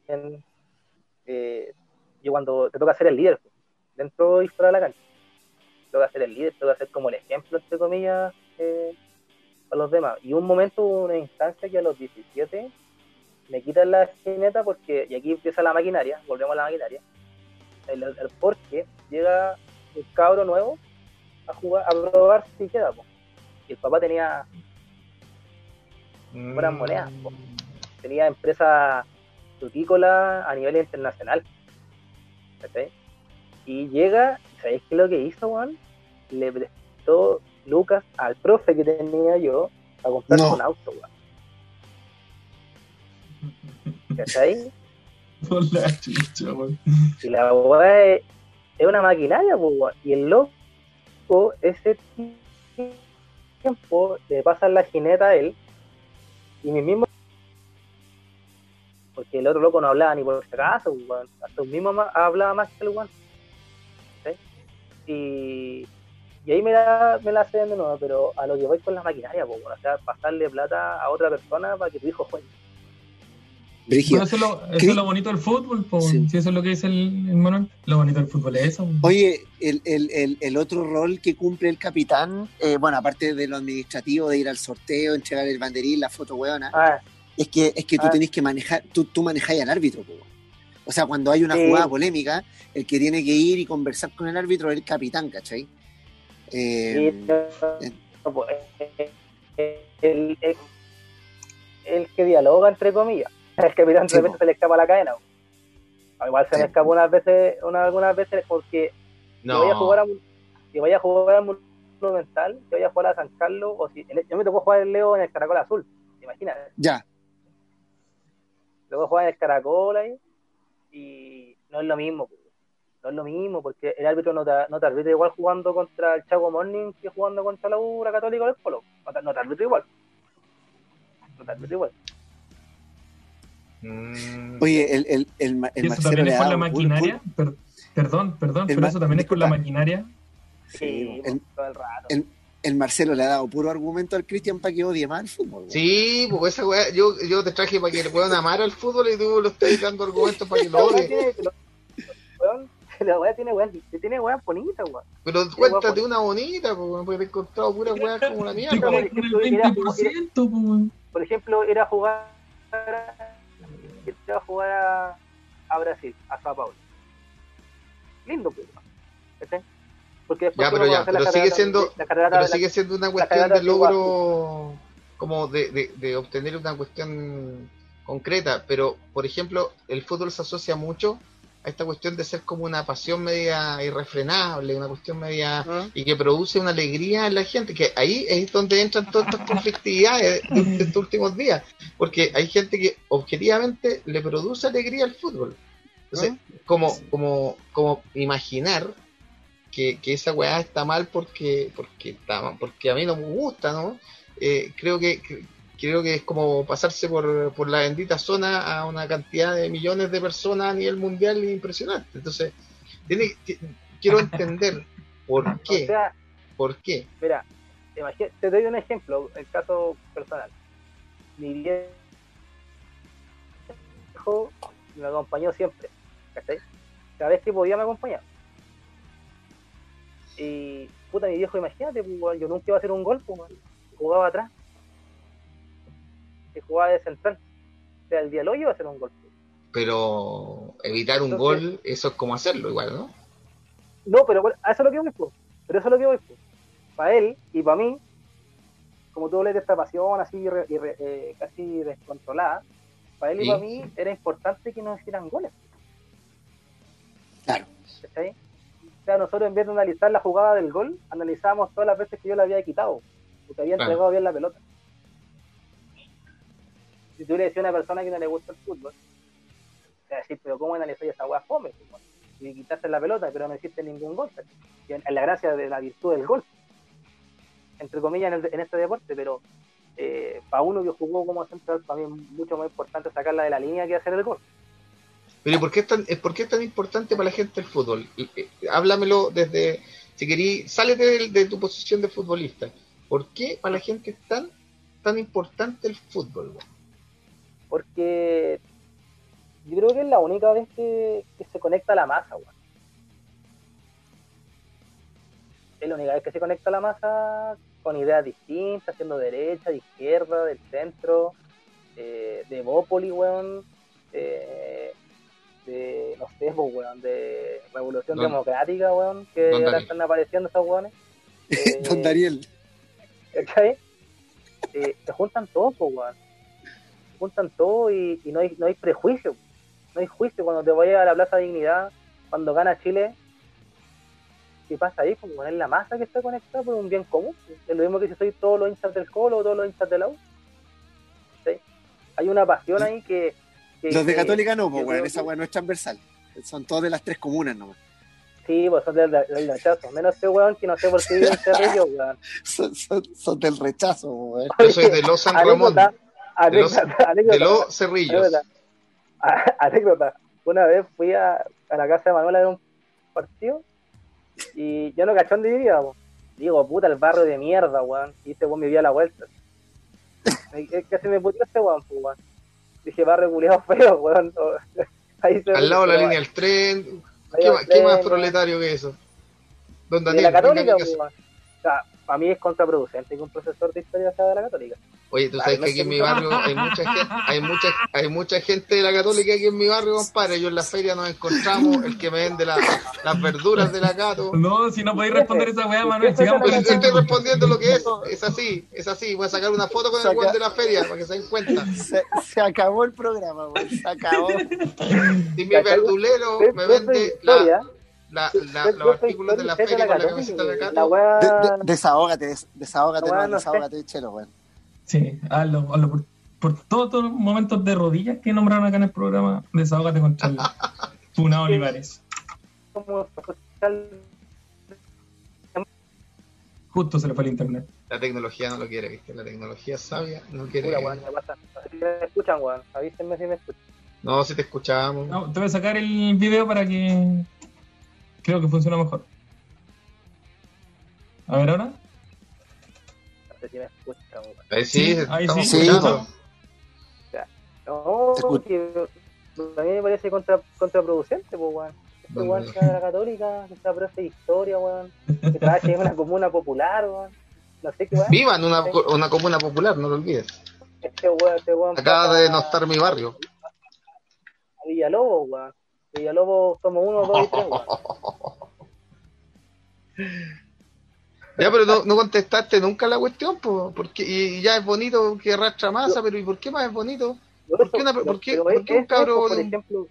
Eh, yo cuando te toca ser el líder, dentro y fuera de la cancha, te toca ser el líder, te toca ser como el ejemplo, entre comillas, eh, a los demás. Y un momento, una instancia que a los diecisiete me quitan la esquineta porque, y aquí empieza la maquinaria, volvemos a la maquinaria, el, el porque llega un cabro nuevo a jugar, a probar si queda, po. Y el papá tenía buenas Mm. monedas, po. Tenía empresa frutícola a nivel internacional, ¿okay? Y llega, ¿sabéis qué es lo que hizo, Juan? Le prestó Lucas al profe que tenía yo a comprarse No. un auto, weón. ¿Cachai? Por la chucha, weón. Y la weá es, es una maquinaria, pues, weón. Y el loco, ese tiempo, le pasan la jineta a él, y mi mismo, porque el otro loco no hablaba ni por si acaso, weón. Hasta un mismo ma- hablaba más que el weón. ¿Cachai? Y, y ahí me la, me la hacen de nuevo, pero a lo que voy con la maquinaria, pues, weón. O sea, pasarle plata a otra persona para que tu hijo juegue. Brígido. Bueno, eso es lo, eso Cri- es lo bonito del fútbol, po. Sí. Si eso es lo que dice el, el Manuel. Lo bonito del fútbol es eso. po. Oye, el, el, el, el otro rol que cumple el capitán, eh, bueno, aparte de lo administrativo, de ir al sorteo, entregar el banderín, la foto hueona, Ah, es que, es que tú Ah. tenés que manejar, tú, tú manejáis al árbitro, po. O sea, cuando hay una Sí. jugada polémica, el que tiene que ir y conversar con el árbitro es el capitán, ¿cachai? Eh, y no, no, pues, eh, el, el, el que dialoga, entre comillas. El capitán de Sí, repente po. se le escapa la cadena. O igual se Sí. me escapó unas veces, una, algunas veces porque si voy a jugar a No. si voy a jugar al Monumental, si voy a jugar a San Carlos, o si yo me tocó jugar el Leo en el Caracol Azul, imagínate, ya, luego jugar en el Caracol ahí y no es lo mismo, pues. No es lo mismo porque el árbitro no te, no te arbitra igual jugando contra el Chaco Morning que jugando contra la U, la Católica o el Colo, no te, no te arbitra igual, no te arbitra igual. Mm. oye, el, el, el, Ma- el Y eso Marcelo también le es ha con la dado puro- maquinaria. Per- perdón, perdón, El pero ma- eso también es con la disculpa. maquinaria. Sí, Sí, el, todo el rato. el, el Marcelo le ha dado puro argumento al Cristian para que odie más el fútbol. weón. Sí, pues esa weá, yo, yo te traje para que le puedan amar al fútbol y tú lo estás dando argumentos para que lo La weá odie. tiene, lo- weón, la weá tiene weá, tiene weá bonita, weón. Pero Sí, cuéntate guapo. una bonita, pues, porque te he encontrado pura weá como la Te mierda. por quedas pues. con el ejemplo, ir a veinte jugar- por ciento, po, weón. Por ejemplo, ir a jugar ir a jugar a, a Brasil, a Sao Paulo. Lindo, pues. ¿Cachai? Porque después Ya, tú pero no vas a ya, hacer la pero sigue carrera- siendo, la carrera- pero la- sigue siendo una cuestión carrera de de logro, como de, de, de obtener una cuestión concreta. Pero, por ejemplo, el fútbol se asocia mucho a esta cuestión de ser como una pasión media irrefrenable, una cuestión media ¿Mm? y que produce una alegría en la gente, que ahí es donde entran todas estas conflictividades de, de estos últimos días, porque hay gente que objetivamente le produce alegría al fútbol. Entonces, como, como, como imaginar que, que esa weá está mal porque, porque está mal, porque a mí no me gusta, ¿no? Eh, creo que, que- creo que es como pasarse por, por la bendita zona a una cantidad de millones de personas a nivel mundial impresionante. Entonces, tiene, ti- quiero entender por O qué, sea, por qué. mira, imagina- te doy un ejemplo, el caso personal. Mi viejo me acompañó siempre, ¿cachai? Cada vez que podía me acompañaba. Y, puta, mi viejo, imagínate, pues, weón, yo nunca iba a hacer un gol, pues, weón. Jugaba atrás. Que jugaba de central. O sea, el día de hoy iba a hacer un gol. Pero evitar un Entonces- gol, eso es como hacerlo igual, ¿no? No, pero bueno, a eso es lo que voy, pues. Pero eso es lo que voy, pues. Para él y para mí, como tú hablas de esta pasión así re- y re- eh, casi descontrolada, para él y Sí. para mí era importante que nos hicieran goles. Claro. ¿Cachai? O sea, nosotros en vez de analizar la jugada del gol, analizábamos todas las veces que yo la había quitado, porque había Claro. entregado bien la pelota. Si tú le decías a una persona que no le gusta el fútbol, te va a decir, pero ¿cómo analizáis esa hueá fome? Y quitaste la pelota, pero no hiciste ningún gol. ¿cachai? Y en, en la gracia de la virtud del gol, entre comillas, en, el- en este deporte, pero eh, para uno que jugó como central, para mí es mucho más importante sacarla de la línea que hacer el gol. Pero ¿y por qué es tan, eh, por qué es tan importante para la gente el fútbol? Eh, eh, Háblamelo desde, si querís, sálete de, de tu posición de futbolista. ¿Por qué para la gente es tan, tan importante el fútbol? güey? Porque yo creo que es la única vez que, que se conecta la masa, weón. Es la única vez que se conecta la masa con ideas distintas, siendo derecha, de izquierda, del centro, eh, de Bópoli, weón, eh, de, no sé, pues, weón, de Revolución Don, Democrática, weón, que Don ahora Daniel. están apareciendo esos weones. Eh, Don Daniel. ¿Cachai? Eh, se juntan todos, pues, weón. Se juntan todos y, y no hay, no hay prejuicio. No hay juicio cuando te vayas a la Plaza Dignidad, cuando gana Chile. ¿Qué pasa ahí? Como es la masa que está conectada por un bien común. Es lo mismo que si soy todos los hinchas del Colo o todos los hinchas de la U. ¿Sí? Hay una pasión ahí que... que Los de que, Católica no, pues, yo weón, creo esa que- weón no es transversal. Son todos de las tres comunas nomás. Sí, pues son del, del rechazo. Menos este weón que no sé por qué vive en Cerrillo, weón. Son, son, son del rechazo, weón. Yo soy de los San Ramón, Anécdota, de los, anécdota, de anécdota, los Cerrillos. anécdota, a- anécdota. Una vez fui a, a la casa de Manuel a ver un partido y yo no caché dónde vivía, po. Digo, puta, el barrio de mierda, weón. Y este weón vivía a la vuelta. Es que se me puteó este weón, pues, weón. Dije, barrio culiado feo, weón. Ahí se Al lado de la pero, línea del tren. ahí ¿Qué, al más- qué más tren, proletario que eso? Don Y de Daniel, la venga a Católica, mi pues, casa. weón. O sea, para mí es contraproducente que un profesor de historia sea de la Católica. Oye, tú Vale, sabes no que aquí sé en mi mucho más. barrio hay mucha gente, hay mucha, hay mucha gente de la Católica aquí en mi barrio, compadre. Yo en la feria nos encontramos, el que me vende la- las verduras de la Cato. No, si no podéis responder esa weá, ¿Y Manuel, qué sigamos fue con de el Pues la estoy tema. respondiendo lo que es, es así, es así. Voy a sacar una foto con el Saca- guan de la feria para que se den cuenta. Se, se acabó el programa, weón. Se acabó. Si mi verdulero ¿Ves? me ¿Ves de vende historia? la, la, la- ¿Ves? los ¿Ves de artículos de la historia? feria Es con la Católica, camiseta de la La Cato, weá... De, de, desahógate, des, desahógate, No, no, no sé. desahógate, chelo, weón. Sí, hazlo, hazlo por, por todos los momentos de rodillas que nombraron acá en el programa. Desahógate con Charla. Tuna Olivares. como social. Justo se le fue el internet. la tecnología no lo quiere, ¿viste? La tecnología sabia no quiere. Pura, weón, me pasa. Si me escuchan, weón. Avísenme si me escuchan. No, si te escuchamos. No, te voy a sacar el video para que creo que funciona mejor. A ver ahora. No sé si me escuchan, weón. Ahí sí, Sí, ahí estamos sí. escuchando. No, Te escucho. que a mí me parece contra, contraproducente, pues, weón. Este ¿Dónde? weón que va de la Católica, que está profe de historia, weón. Que trabaja en una comuna popular, weón. No sé qué weón. Viva en una, una comuna popular, no lo olvides. Este weón, este weón. Acaba pasa de denostar mi barrio. A Villalobos, weón. Villalobos somos uno, dos y tres, weón. Ya, pero no, no contestaste nunca la cuestión, po, porque y ya es bonito que arrastra masa, pero ¿y por qué más es bonito? ¿Por qué, una, por qué, Pero por qué un es- cabro por de un, ejemplo,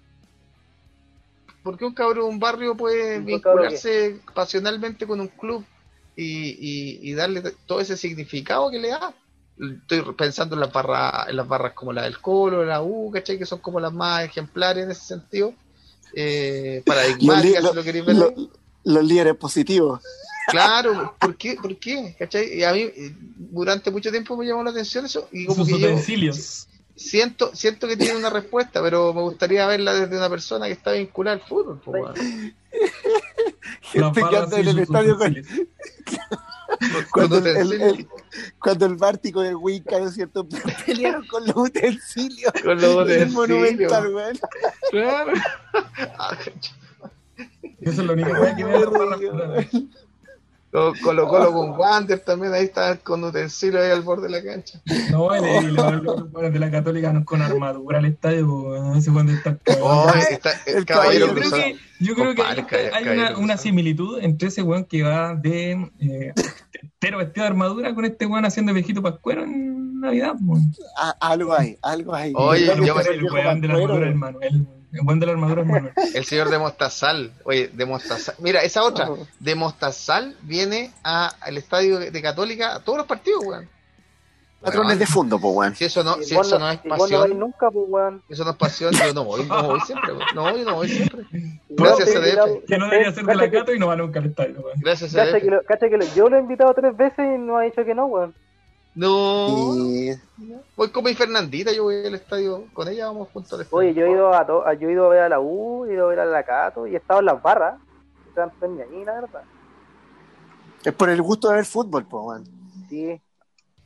por qué un cabro de un barrio puede ¿Un cabro vincularse pasionalmente con un club y, y, y darle todo ese significado que le da? Estoy pensando en las barras, en las barras como la del Colo, la U, ¿cachai? Que son como las más ejemplares en ese sentido. Eh, paradigmáticas, Los, si lo li- queréis ver. lo- los líderes positivos. Claro, ¿por qué? ¿Por qué? ¿Cachai? Y a mí eh, durante mucho tiempo me llamó la atención eso y como Sus que yo utensilios. siento siento que tiene una respuesta, pero me gustaría verla desde una persona que está vinculada al fútbol. Po, weón. Las Gente que barras anda y en el sus estadio con, utensilios. cuando el, el- utensilios. el- cuando el Bártico y el Winca, ¿no es cierto? Pelearon con los utensilios. Con los En el utensilios. Monumental, weón. Claro. Ah, cacho. Eso es lo único que veo en las barras. Weón. Lo- Colo Colo con Wander también, ahí está con utensilios ahí al borde de la cancha. No, el, el, los los buenos de la Católica no con armadura al estadio, weón. Ese cuando está Oh, cagado. está el El caballero Yo creo cruzado. que, yo creo que Compadre, ahí calla- hay caballero una, una cruzado. similitud entre ese weón que va de eh, entero vestido de armadura con este weón haciendo viejito pascuero en Navidad, weón. Ah, algo hay, algo hay. Oye, ¿Verdad que yo- este es el viejo weón de la pascuero, armadura es weón? Manuel. El weón de la armadura es Manuel. El señor de Mostazal, oye, de Mostazal. Mira, esa otra, Oh. de Mostazal viene a- al estadio de Católica a todos los partidos, weón. Patrones de fondo, po, weón. Si eso no, si si vos eso no, no es si vos no vais pasión, nunca, pues, weón. eso no es pasión, yo no voy, no voy siempre, weón. No, yo no voy siempre. Si Gracias, no, te he C D F. invitado- Que no debería ser de la Cacha que- Cato y no va nunca al estadio, weón. Gracias, cacha que C D F. lo- cacha que lo- yo lo he invitado tres veces y no ha dicho que no, weón. No, Y voy con mi Fernandita, yo voy al estadio, con ella vamos juntos al estadio. Oye, yo he ido a to- yo he ido a ver a la U, he ido a ver a la Cato y he estado en las barras. Están ahí, la verdad. es por el gusto de ver fútbol, po, weón. Sí.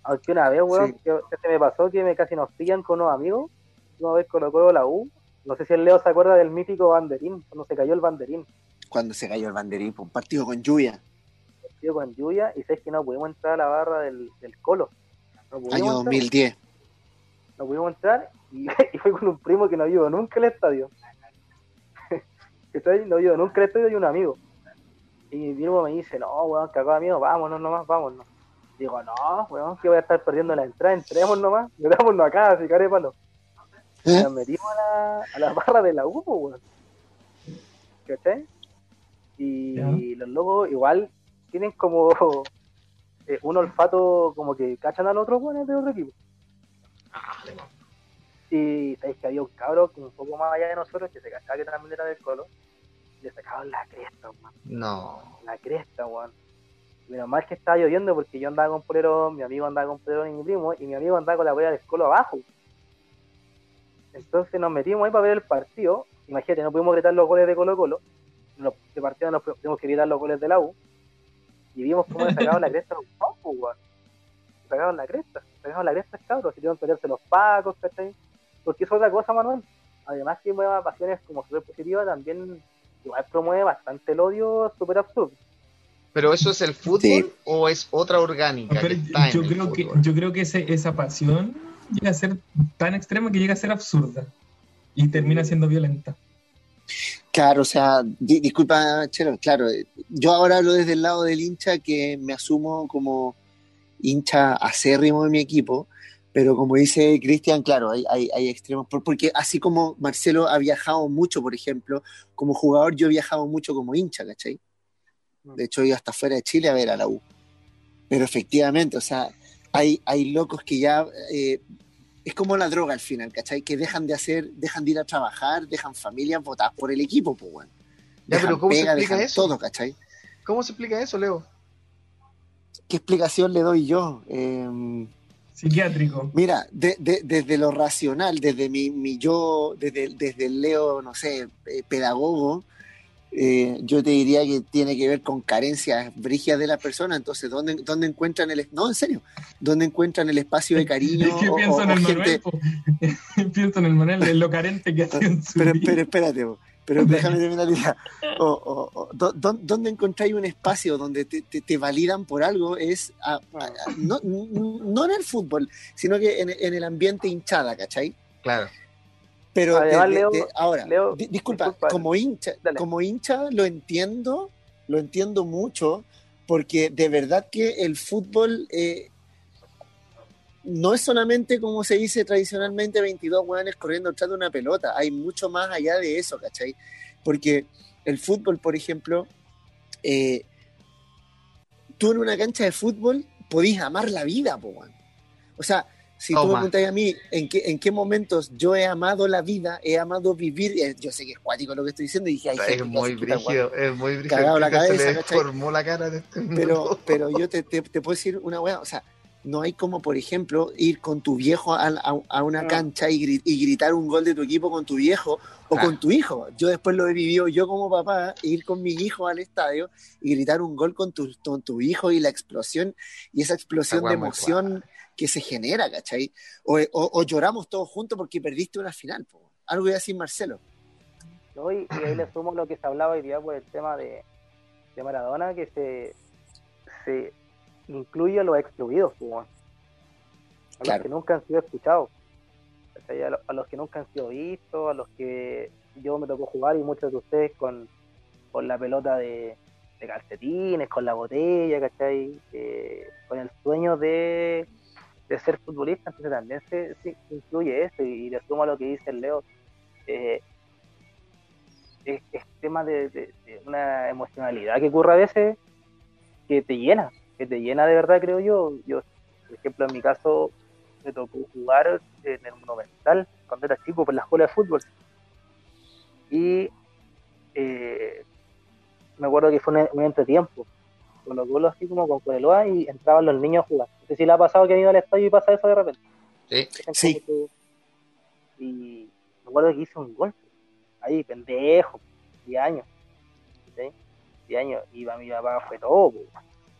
Aunque una vez, weón, Sí. que, que se me pasó que me casi nos pillan con unos amigos. Una vez colocó la U. No sé si el Leo se acuerda del mítico banderín, cuando se cayó el banderín. Cuando se cayó el banderín, un partido con lluvia, Partido con lluvia, y sabes que no pudimos entrar a la barra del, del Colo. No año pudimos entrar, dos mil diez. no pudimos entrar, y, y fue con un primo que no ha ido nunca al estadio. ¿Cachai? No ha ido nunca al estadio y un amigo. Y mi primo me dice, no, weón, cagado amigo, vámonos nomás, vámonos. Digo, no, weón, que voy a estar perdiendo la entrada, entremos nomás, metámonos acá, así care palo. Y ¿Eh? nos metimos a la, a la barra de la U, pues, weón. ¿Cachai? ¿Ya? Y los locos igual tienen como eh, un olfato como que cachan al otro, weón, de otro equipo. Y sabéis que había un cabro un poco más allá de nosotros que se cachaba que también era del Colo. Y le sacaban la cresta, weón. No. La cresta, weón. Menos mal que estaba lloviendo porque yo andaba con polerón, mi amigo andaba con polerón y mi primo, y mi amigo andaba con la polera del Colo abajo. Entonces nos metimos ahí para ver el partido. Imagínate, no pudimos gritar los goles de Colo Colo. Los, de partido nos tuvimos que gritar los goles de la U. Y vimos cómo le sacaban la cresta a los pocos, weón. Le sacaban la cresta, le sacaban la cresta, cabros. Si tuvieron que pelearse los pacos, ¿cachai? Porque es otra cosa, Manuel. Además que mueve pasiones como súper positivas, también igual promueve bastante el odio súper absurdo. ¿Pero eso es el fútbol Sí. o es otra orgánica Pero que está yo en el creo que, fútbol? yo creo que ese, esa pasión llega a ser tan extrema que llega a ser absurda y termina siendo violenta. Claro, o sea, di- disculpa, Chelo, claro, eh, yo ahora hablo desde el lado del hincha que me asumo como hincha acérrimo de mi equipo, pero como dice Cristian, claro, hay, hay, hay extremos, por- porque así como Marcelo ha viajado mucho, por ejemplo, como jugador yo he viajado mucho como hincha, ¿cachai? De hecho, he ido hasta fuera de Chile a ver a la U. Pero efectivamente, o sea, hay, hay locos que ya... eh, es como la droga al final, ¿cachai? Que dejan de hacer, dejan de ir a trabajar, dejan familias votadas por el equipo, pues, bueno. Ya, pero Dejan ¿cómo se pega, explica dejan eso? todo, ¿cachai? ¿Cómo se explica eso, Leo? ¿Qué explicación le doy yo? Eh, Psiquiátrico. mira, de, de, desde lo racional, desde mi, mi yo, desde, desde el Leo, no sé, eh, pedagogo, eh, yo te diría que tiene que ver con carencias brígidas de la persona. Entonces, ¿dónde, dónde encuentran el... No, en serio, ¿dónde encuentran el espacio de cariño Es que o, pienso o, en o el gente... Manuel, po. Pienso en el Manuel, en lo carente que ha sido en su Pero, vida. pero espérate, po, pero déjame Dale. terminar la idea. O, o, o, do- do- ¿Dónde encontráis un espacio donde te, te, te validan por algo? Es a- a- a- no, no en el fútbol, sino que en, en el ambiente hinchada, ¿cachai? Claro. Pero Además, desde Leo, de, ahora, Leo, di- disculpa, disculpa, como hincha, dale. como hincha lo entiendo, lo entiendo mucho, porque de verdad que el fútbol eh, no es solamente, como se dice tradicionalmente, veintidós hueones corriendo detrás de una pelota. Hay mucho más allá de eso, ¿cachai? Porque el fútbol, por ejemplo, eh, tú en una cancha de fútbol podís amar la vida, po, weón. O sea, si tú me Toma. preguntas a mí en qué, en qué momentos yo he amado la vida, he amado vivir, eh, yo sé que es cuático lo que estoy diciendo y dije, hay Es gente que muy hace puta, weón, brígido, es muy brígido. cagado la Cristian se le cabeza, ¿cachai? deformó la cara en este Pero, minuto. pero yo te, te, te puedo decir una weá, o sea, no hay como, por ejemplo, ir con tu viejo a, a, a una cancha y, gri- y gritar un gol de tu equipo con tu viejo o Claro. con tu hijo. Yo después lo he vivido yo como papá, ir con mi hijo al estadio y gritar un gol con tu, con tu hijo y la explosión, y esa explosión Esa de weá muy emoción que se genera, ¿cachai? O, o, o lloramos todos juntos porque perdiste una final, po. Algo iba a decir Marcelo. ¿no? Y, y ahí le sumo lo que se hablaba hoy día por el tema de, de Maradona, que se, se incluye a los excluidos, pues, bueno. a Claro. los que nunca han sido escuchados, ¿cachai? a, lo, a los que nunca han sido vistos, a los que yo me tocó jugar y muchos de ustedes con, con la pelota de, de calcetines, con la botella, ¿cachai? Eh, con el sueño de, de ser futbolista. Entonces también se, se incluye eso, y, y le sumo a lo que dice el Leo. Eh, es, es tema de, de, de una emocionalidad que ocurre a veces que te llena, que te llena de verdad, creo yo. Yo, por ejemplo, en mi caso, me tocó jugar en el Monumental cuando era chico por la escuela de fútbol. Y eh, me acuerdo que fue un, un entretiempo. Con los golos así como con Coreloa y entraban los niños a jugar. No sé si le ha pasado que han ido al estadio y pasa eso de repente. Sí. Sí. Como, y me acuerdo que hice un gol. Ahí, pendejo, diez años. ¿Sí? diez años. Y para mi papá fue todo.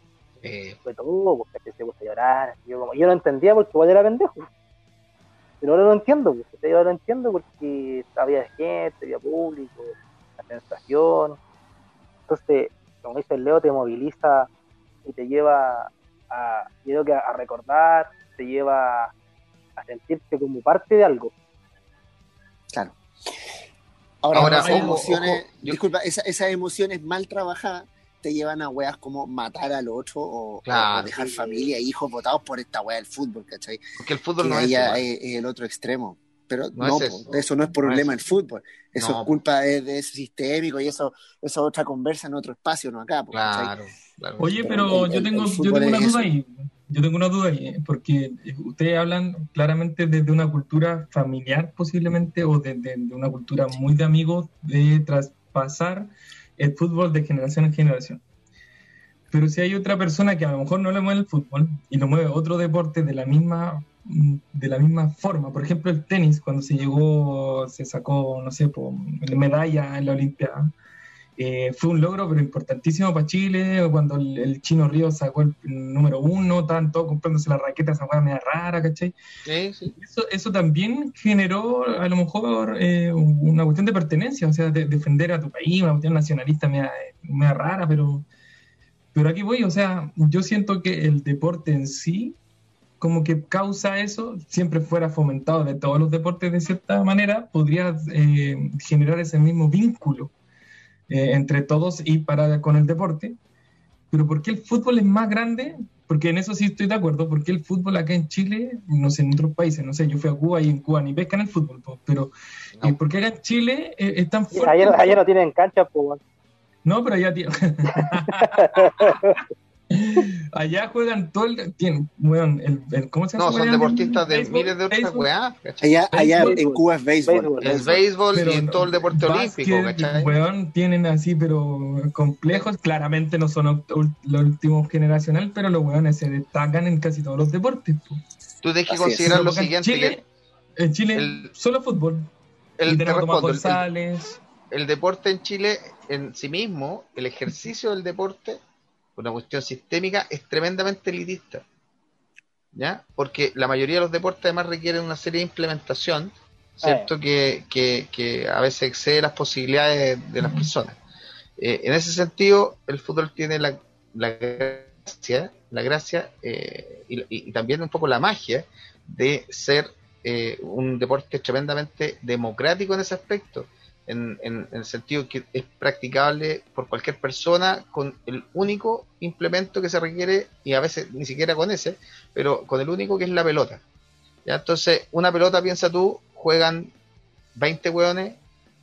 Eh, fue todo, porque se puso a llorar. Yo, como, yo no entendía porque igual era pendejo. Pero ahora lo entiendo, porque ahora lo entiendo porque había gente, había público, la sensación. Entonces, como dice el Leo, te moviliza y te lleva a, yo creo que a, a recordar, te lleva a sentirte como parte de algo. Claro. Ahora, Ahora, esas ojo, emociones, ojo, yo- disculpa, esa- esas emociones mal trabajadas te llevan a weas como matar al otro o, Claro. o dejar familia e hijos votados por esta wea del fútbol, ¿cachai? Porque el fútbol Que no ahí es ya igual. es, es el otro extremo. Pero No no, es po, eso. de eso no es problema No el es- fútbol. Eso No, es culpa de, de ese sistémico y eso, eso es otra conversa en otro espacio, no acá, po, ¿cachai? Claro, claro. Oye, Pero pero el, yo el- tengo, el yo fútbol tengo una es duda eso. ahí. Yo tengo una duda ahí, ¿eh? Porque ustedes hablan claramente desde una cultura familiar posiblemente o desde de una cultura muy de amigos de traspasar el fútbol de generación en generación. Pero si hay otra persona que a lo mejor no le mueve el fútbol y lo mueve otro deporte de la misma de la misma forma, por ejemplo el tenis, cuando se llegó, se sacó, no sé, por medalla en la Olimpiada, eh, fue un logro pero importantísimo para Chile, cuando el, el Chino Ríos sacó el número uno, estaban todos comprándose la raqueta, esa hueá media rara, ¿cachai? Sí, sí. Eso, eso también generó a lo mejor eh, una cuestión de pertenencia, o sea, de, defender a tu país, una cuestión nacionalista media, media rara, pero pero aquí voy, o sea, yo siento que el deporte en sí, como que causa eso, siempre fuera fomentado de todos los deportes de cierta manera, podría eh, generar ese mismo vínculo eh, entre todos y para con el deporte. Pero ¿por qué el fútbol es más grande? Porque en eso sí estoy de acuerdo, porque el fútbol acá en Chile, no sé, en otros países, no sé, yo fui a Cuba y en Cuba ni pescan el fútbol, po, pero No. eh, porque acá en Chile eh, es tan fuerte... Ayer, el ayer no fútbol. tienen cancha, pues. No, pero allá, tío. Allá juegan todo el. Tienen, bueno, el, el- ¿cómo se llama? No, esa son weá? deportistas de Béisbol, miles de otras béisbol. weas, ¿cachai? Allá, allá Béisbol. en Cuba es béisbol. Béisbol. Es béisbol Pero y no, todo el deporte olímpico, básquet, ¿cachai? weón, tienen así, pero complejos. Claramente no son ult- los últimos generacional, pero los weones se destacan en casi todos los deportes, po. Tú tienes que Así es. considerar Pero lo acá en siguiente, Chile, en Chile, el- solo fútbol. que Y el, te tenemos a Tomás respondo, el, el- González. el deporte en Chile en sí mismo, el ejercicio del deporte, una cuestión sistémica, es tremendamente elitista. ¿Ya? Porque la mayoría de los deportes además requieren una serie de implementación, ¿cierto? Que, que, que a veces excede las posibilidades de las personas. Eh, en ese sentido, el fútbol tiene la, la gracia, la gracia eh, y, y- y también un poco la magia de ser eh, un deporte tremendamente democrático en ese aspecto, en, en- en el sentido que es practicable por cualquier persona con el único implemento que se requiere, y a veces ni siquiera con ese, pero con el único que es la pelota. ¿Ya? Entonces, una pelota, piensa tú, juegan veinte hueones,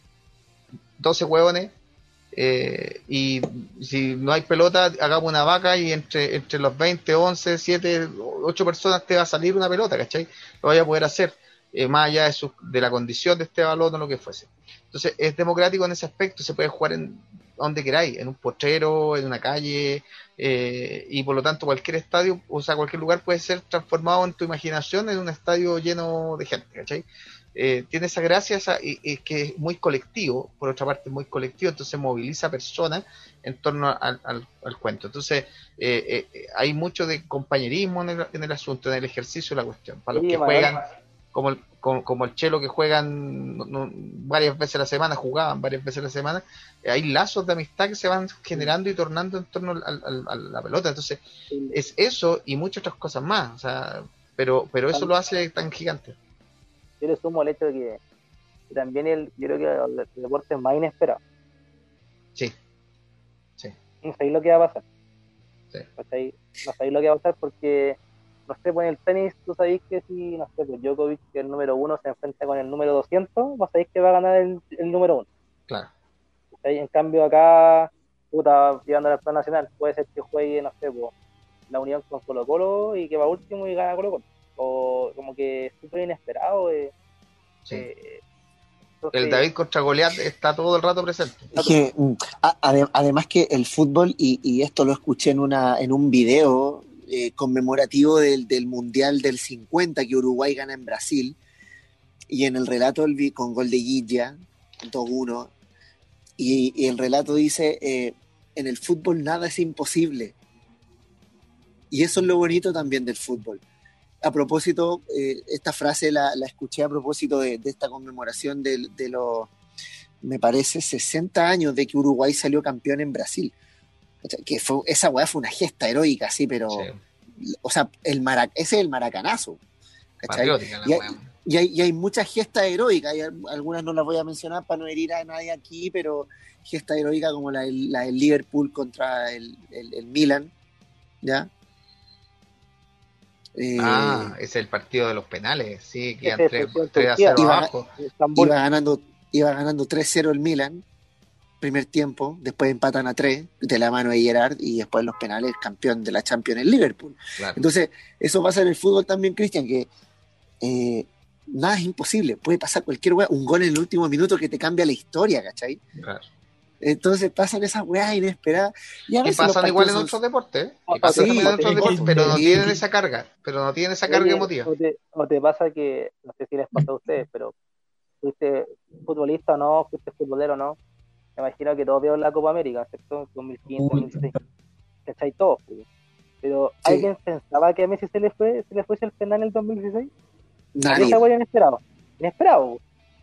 doce hueones, eh, y si no hay pelota, hagamos una vaca y entre, entre los veinte, once, siete, ocho personas te va a salir una pelota, ¿cachai? Lo vaya a poder hacer, eh, más allá de, su, de la condición de este balón o lo que fuese. Entonces es democrático en ese aspecto, se puede jugar en donde queráis, en un potrero, en una calle, eh, y por lo tanto cualquier estadio, o sea, cualquier lugar puede ser transformado en tu imaginación en un estadio lleno de gente, ¿cachai? Eh, tiene esa gracia esa, y, y que es muy colectivo, por otra parte es muy colectivo, entonces moviliza personas en torno al, al, al cuento. Entonces eh, eh, hay mucho de compañerismo en el, en el asunto, en el ejercicio de la cuestión. Para los Sí, que Manuel. juegan, como el, como, como el Chelo, que juegan no, no, varias veces a la semana, jugaban varias veces a la semana, eh, hay lazos de amistad que se van generando y tornando en torno al, al, a la pelota. Entonces es eso y muchas otras cosas más, o sea, pero, pero eso lo hace tan gigante. Yo le sumo el hecho de que, que también el, yo creo que el, el deporte es más inesperado. Sí, sí. No sabéis lo que va a pasar. Sí. No sabéis, no sabéis lo que va a pasar porque, no sé, pues en el tenis tú sabéis que si, no sé, pues Djokovic, que es el número uno, se enfrenta con el número doscientos, vos sabéis que va a ganar el, el número uno. Claro. ¿Cachai? En cambio acá, puta, llegando al plan nacional, puede ser que juegue, no sé, pues, la Unión con Colo Colo y que va último y gana Colo Colo. O como que es súper inesperado. Eh, Sí. eh, entonces, El David contra Goliat está todo el rato presente. Es que, mm, a- ade- además que el fútbol, y, y esto lo escuché en, una, en un video eh, conmemorativo del, del Mundial del cincuenta que Uruguay gana en Brasil, y en el relato el vi- con gol de Guilla, dos uno, y, y el relato dice, eh, en el fútbol nada es imposible. Y eso es lo bonito también del fútbol. A propósito, eh, esta frase la, la escuché a propósito de, de esta conmemoración de, de los, me parece, sesenta años de que Uruguay salió campeón en Brasil. Que fue, esa weá fue una gesta heroica, sí, pero... Sí. O sea, el Marac- ese es el maracanazo. Patriótica la y, hay, weá. y, hay, y hay muchas gestas heroicas, y algunas no las voy a mencionar para no herir a nadie aquí, pero gestas heroicas como la, la del Liverpool contra el, el, el Milan, ¿ya? Eh, ah, es el partido de los penales, sí, que ese tres a cero iba, abajo. Iba ganando, iba ganando tres cero el Milan, primer tiempo, después empatan a tres de la mano de Gerrard y después los penales, campeón de la Champions el Liverpool. Claro. Entonces, eso pasa en el fútbol también, Cristian, que eh, nada es imposible, puede pasar cualquier weá, un gol en el último minuto que te cambia la historia, ¿cachai? Claro. Entonces pasan esas weas inesperadas. Y, a y pasan igual en son... otros deportes, ¿eh? Y pasan sí, también en otros deportes, pero no tienen esa carga, pero no tienen esa carga Oye, emotiva. O te, o te pasa que, no sé si les pasa a ustedes, pero fuiste futbolista o no, fuiste futbolero o no, me imagino que todos vieron la Copa América, ¿cierto? dos mil quince, dos mil dieciséis, ¿cachai? Todos, pero sí. ¿Alguien pensaba que a Messi se le fue, se le fuese el penal en el dos mil dieciséis? Nadie. Esa fue inesperado, inesperado.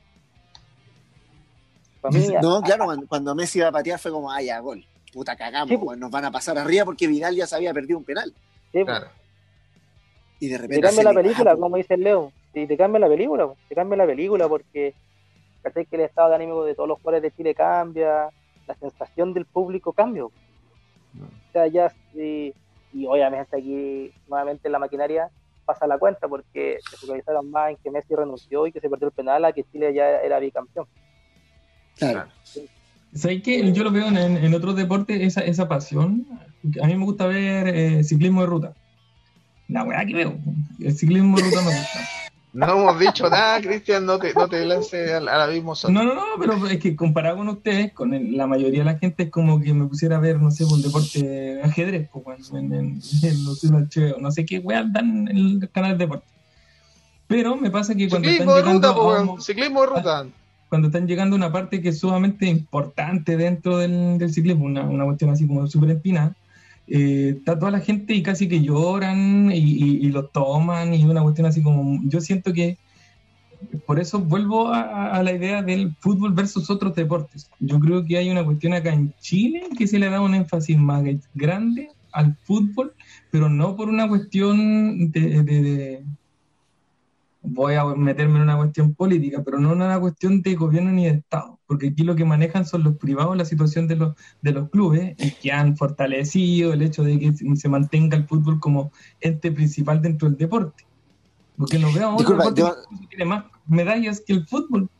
Mí, no, claro, cuando, cuando Messi iba a patear fue como, ah, ya, gol, puta, cagamos, sí, pues. Nos van a pasar arriba porque Vidal ya se había perdido un penal. Sí, claro. Y de repente te cambia la película, va, como dice el Leo, si te cambia la película, te cambia la película porque ¿cachai? Que el estado de ánimo de todos los jugadores de Chile cambia, la sensación del público cambia. No. O sea, ya, y, y obviamente aquí, nuevamente la maquinaria pasa la cuenta porque se focalizaron más en que Messi renunció y que se perdió el penal a que Chile ya era bicampeón. Claro. ¿Sabes qué? Yo lo veo en, en otros deportes, esa, esa pasión. A mí me gusta ver eh, ciclismo de ruta. La weá que veo. El ciclismo de ruta me gusta. No hemos dicho nada, Cristian, no te, no te lances al, al abismo solo. No, no, no, pero es que comparado con ustedes, con el, la mayoría de la gente es como que me pusiera a ver, no sé, un deporte ajedrez, pues, en, en, en, no sé, no, no sé qué weá dan en el canal de deporte. Pero me pasa que cuando ciclismo están de ruta, llegando... pues, ciclismo de ruta. Cuando están llegando a una parte que es sumamente importante dentro del, del ciclismo, una, una cuestión así como súper empinada, eh, está toda la gente y casi que lloran y, y, y lo toman y una cuestión así como... Yo siento que por eso vuelvo a, a la idea del fútbol versus otros deportes. Yo creo que hay una cuestión acá en Chile que se le da un énfasis más grande al fútbol, pero no por una cuestión de... de, de voy a meterme en una cuestión política, pero no en una cuestión de gobierno ni de Estado, porque aquí lo que manejan son los privados, la situación de los, de los clubes, y que han fortalecido el hecho de que se mantenga el fútbol como ente principal dentro del deporte. Porque lo veo ahora, Disculpa, el deporte yo, tiene más medallas que el fútbol.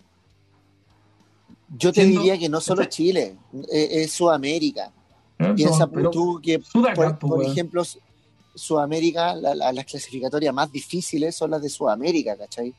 Yo te Siendo, diría que no solo Chile, es, es Sudamérica. ¿Eh? Piensa no, tú que, por, por ejemplo, Sudamérica, la, la, las clasificatorias más difíciles son las de Sudamérica, ¿cachai?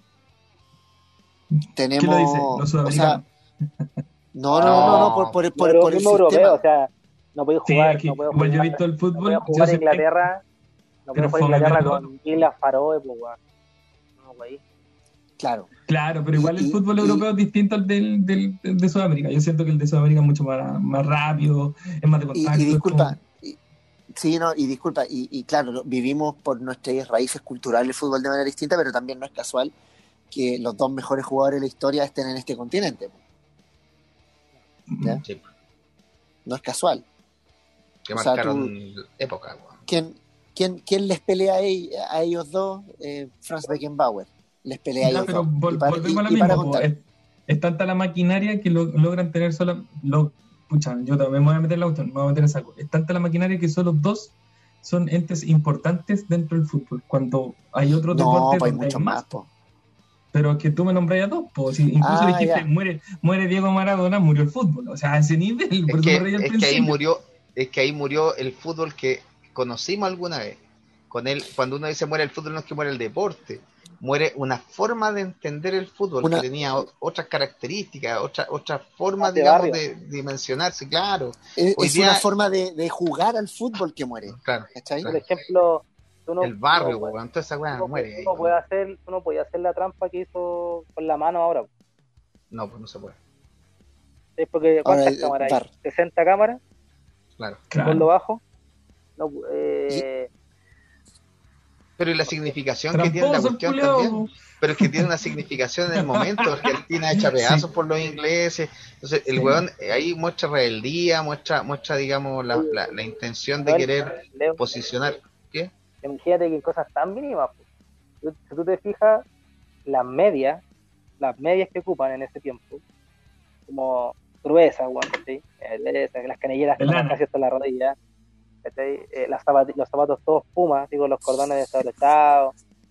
Tenemos, ¿Quién lo dice? Los sudamericanos. O sea, no, no, no, no, no, por, por, por, no, por el europeo, sistema. O sea, no puedes jugar, sí, no puedes igual jugar, yo he visto el fútbol. No puedes jugar en Inglaterra, no puedes jugar en Inglaterra con con Islas Faroe, pues, no, güey. Claro. Claro, pero igual y, el fútbol y, europeo y, es distinto al del, del, del de Sudamérica. Yo siento que el de Sudamérica es mucho más, más rápido, es más de contacto. Y, y disculpa, y, sí, no, y disculpa, y, y claro, vivimos por nuestras raíces culturales el fútbol de manera distinta, pero también no es casual que los dos mejores jugadores de la historia estén en este continente. ¿Ya? Sí. No es casual. Que o marcaron sea, tú, época. Wow. ¿quién, quién, ¿Quién les pelea a ellos, a ellos dos? Eh, Franz Beckenbauer. Les pelea ya, a ellos pero dos. Vol- y para, volvemos y, a lo y para mismo. Es, es tanta la maquinaria que lo, logran tener sola. Lo, pucha, yo también me voy a meter en la cuestión, me voy a meter en saco. Es tanta la maquinaria que solo dos son entes importantes dentro del fútbol. Cuando hay otros no, deportes. Pues hay muchos más, po. Pero que tú me nombras a dos, pues, incluso ah, dijiste, muere, muere Diego Maradona, murió el fútbol, o sea, a ese nivel, es por que, eso me reí al es principio. Que ahí murió, es que ahí murió el fútbol que conocimos alguna vez. Con él, cuando uno dice muere el fútbol, no es que muere el deporte, muere una forma de entender el fútbol una... que tenía otras características, otra, otra forma, de digamos, de dimensionarse, claro. Es, es día... una forma de, de jugar al fútbol que muere. Claro, ¿cachai? Por ejemplo, No, el barrio, no, entonces esa weá no muere. Uno, puede hacer, uno puede hacer la trampa que hizo con la mano ahora. No, pues no se puede. Es porque ¿cuántas ahora, cámaras hay? ¿sesenta cámaras? Claro. claro. Por lo bajo. No, eh, Pero y la significación que tiene la cuestión culiao. también. Pero es que tiene una significación en el momento. Argentina echa pedazos Sí. por los ingleses. Entonces, el Sí. weón eh, ahí muestra rebeldía, muestra, muestra digamos, la, la, la intención de Leo, querer Leo, posicionar. ¿Qué? imagínate que en cosas tan mínimas, pues, tú- si tú te fijas, las medias, las medias que ocupan en ese tiempo, como gruesas, weón, ¿cachai? Eh, de esas, las canilleras De que van lana. casi hasta la rodilla, ¿cachai? Eh, las zapati- los zapatos todos pumas, digo, los cordones desabrochados.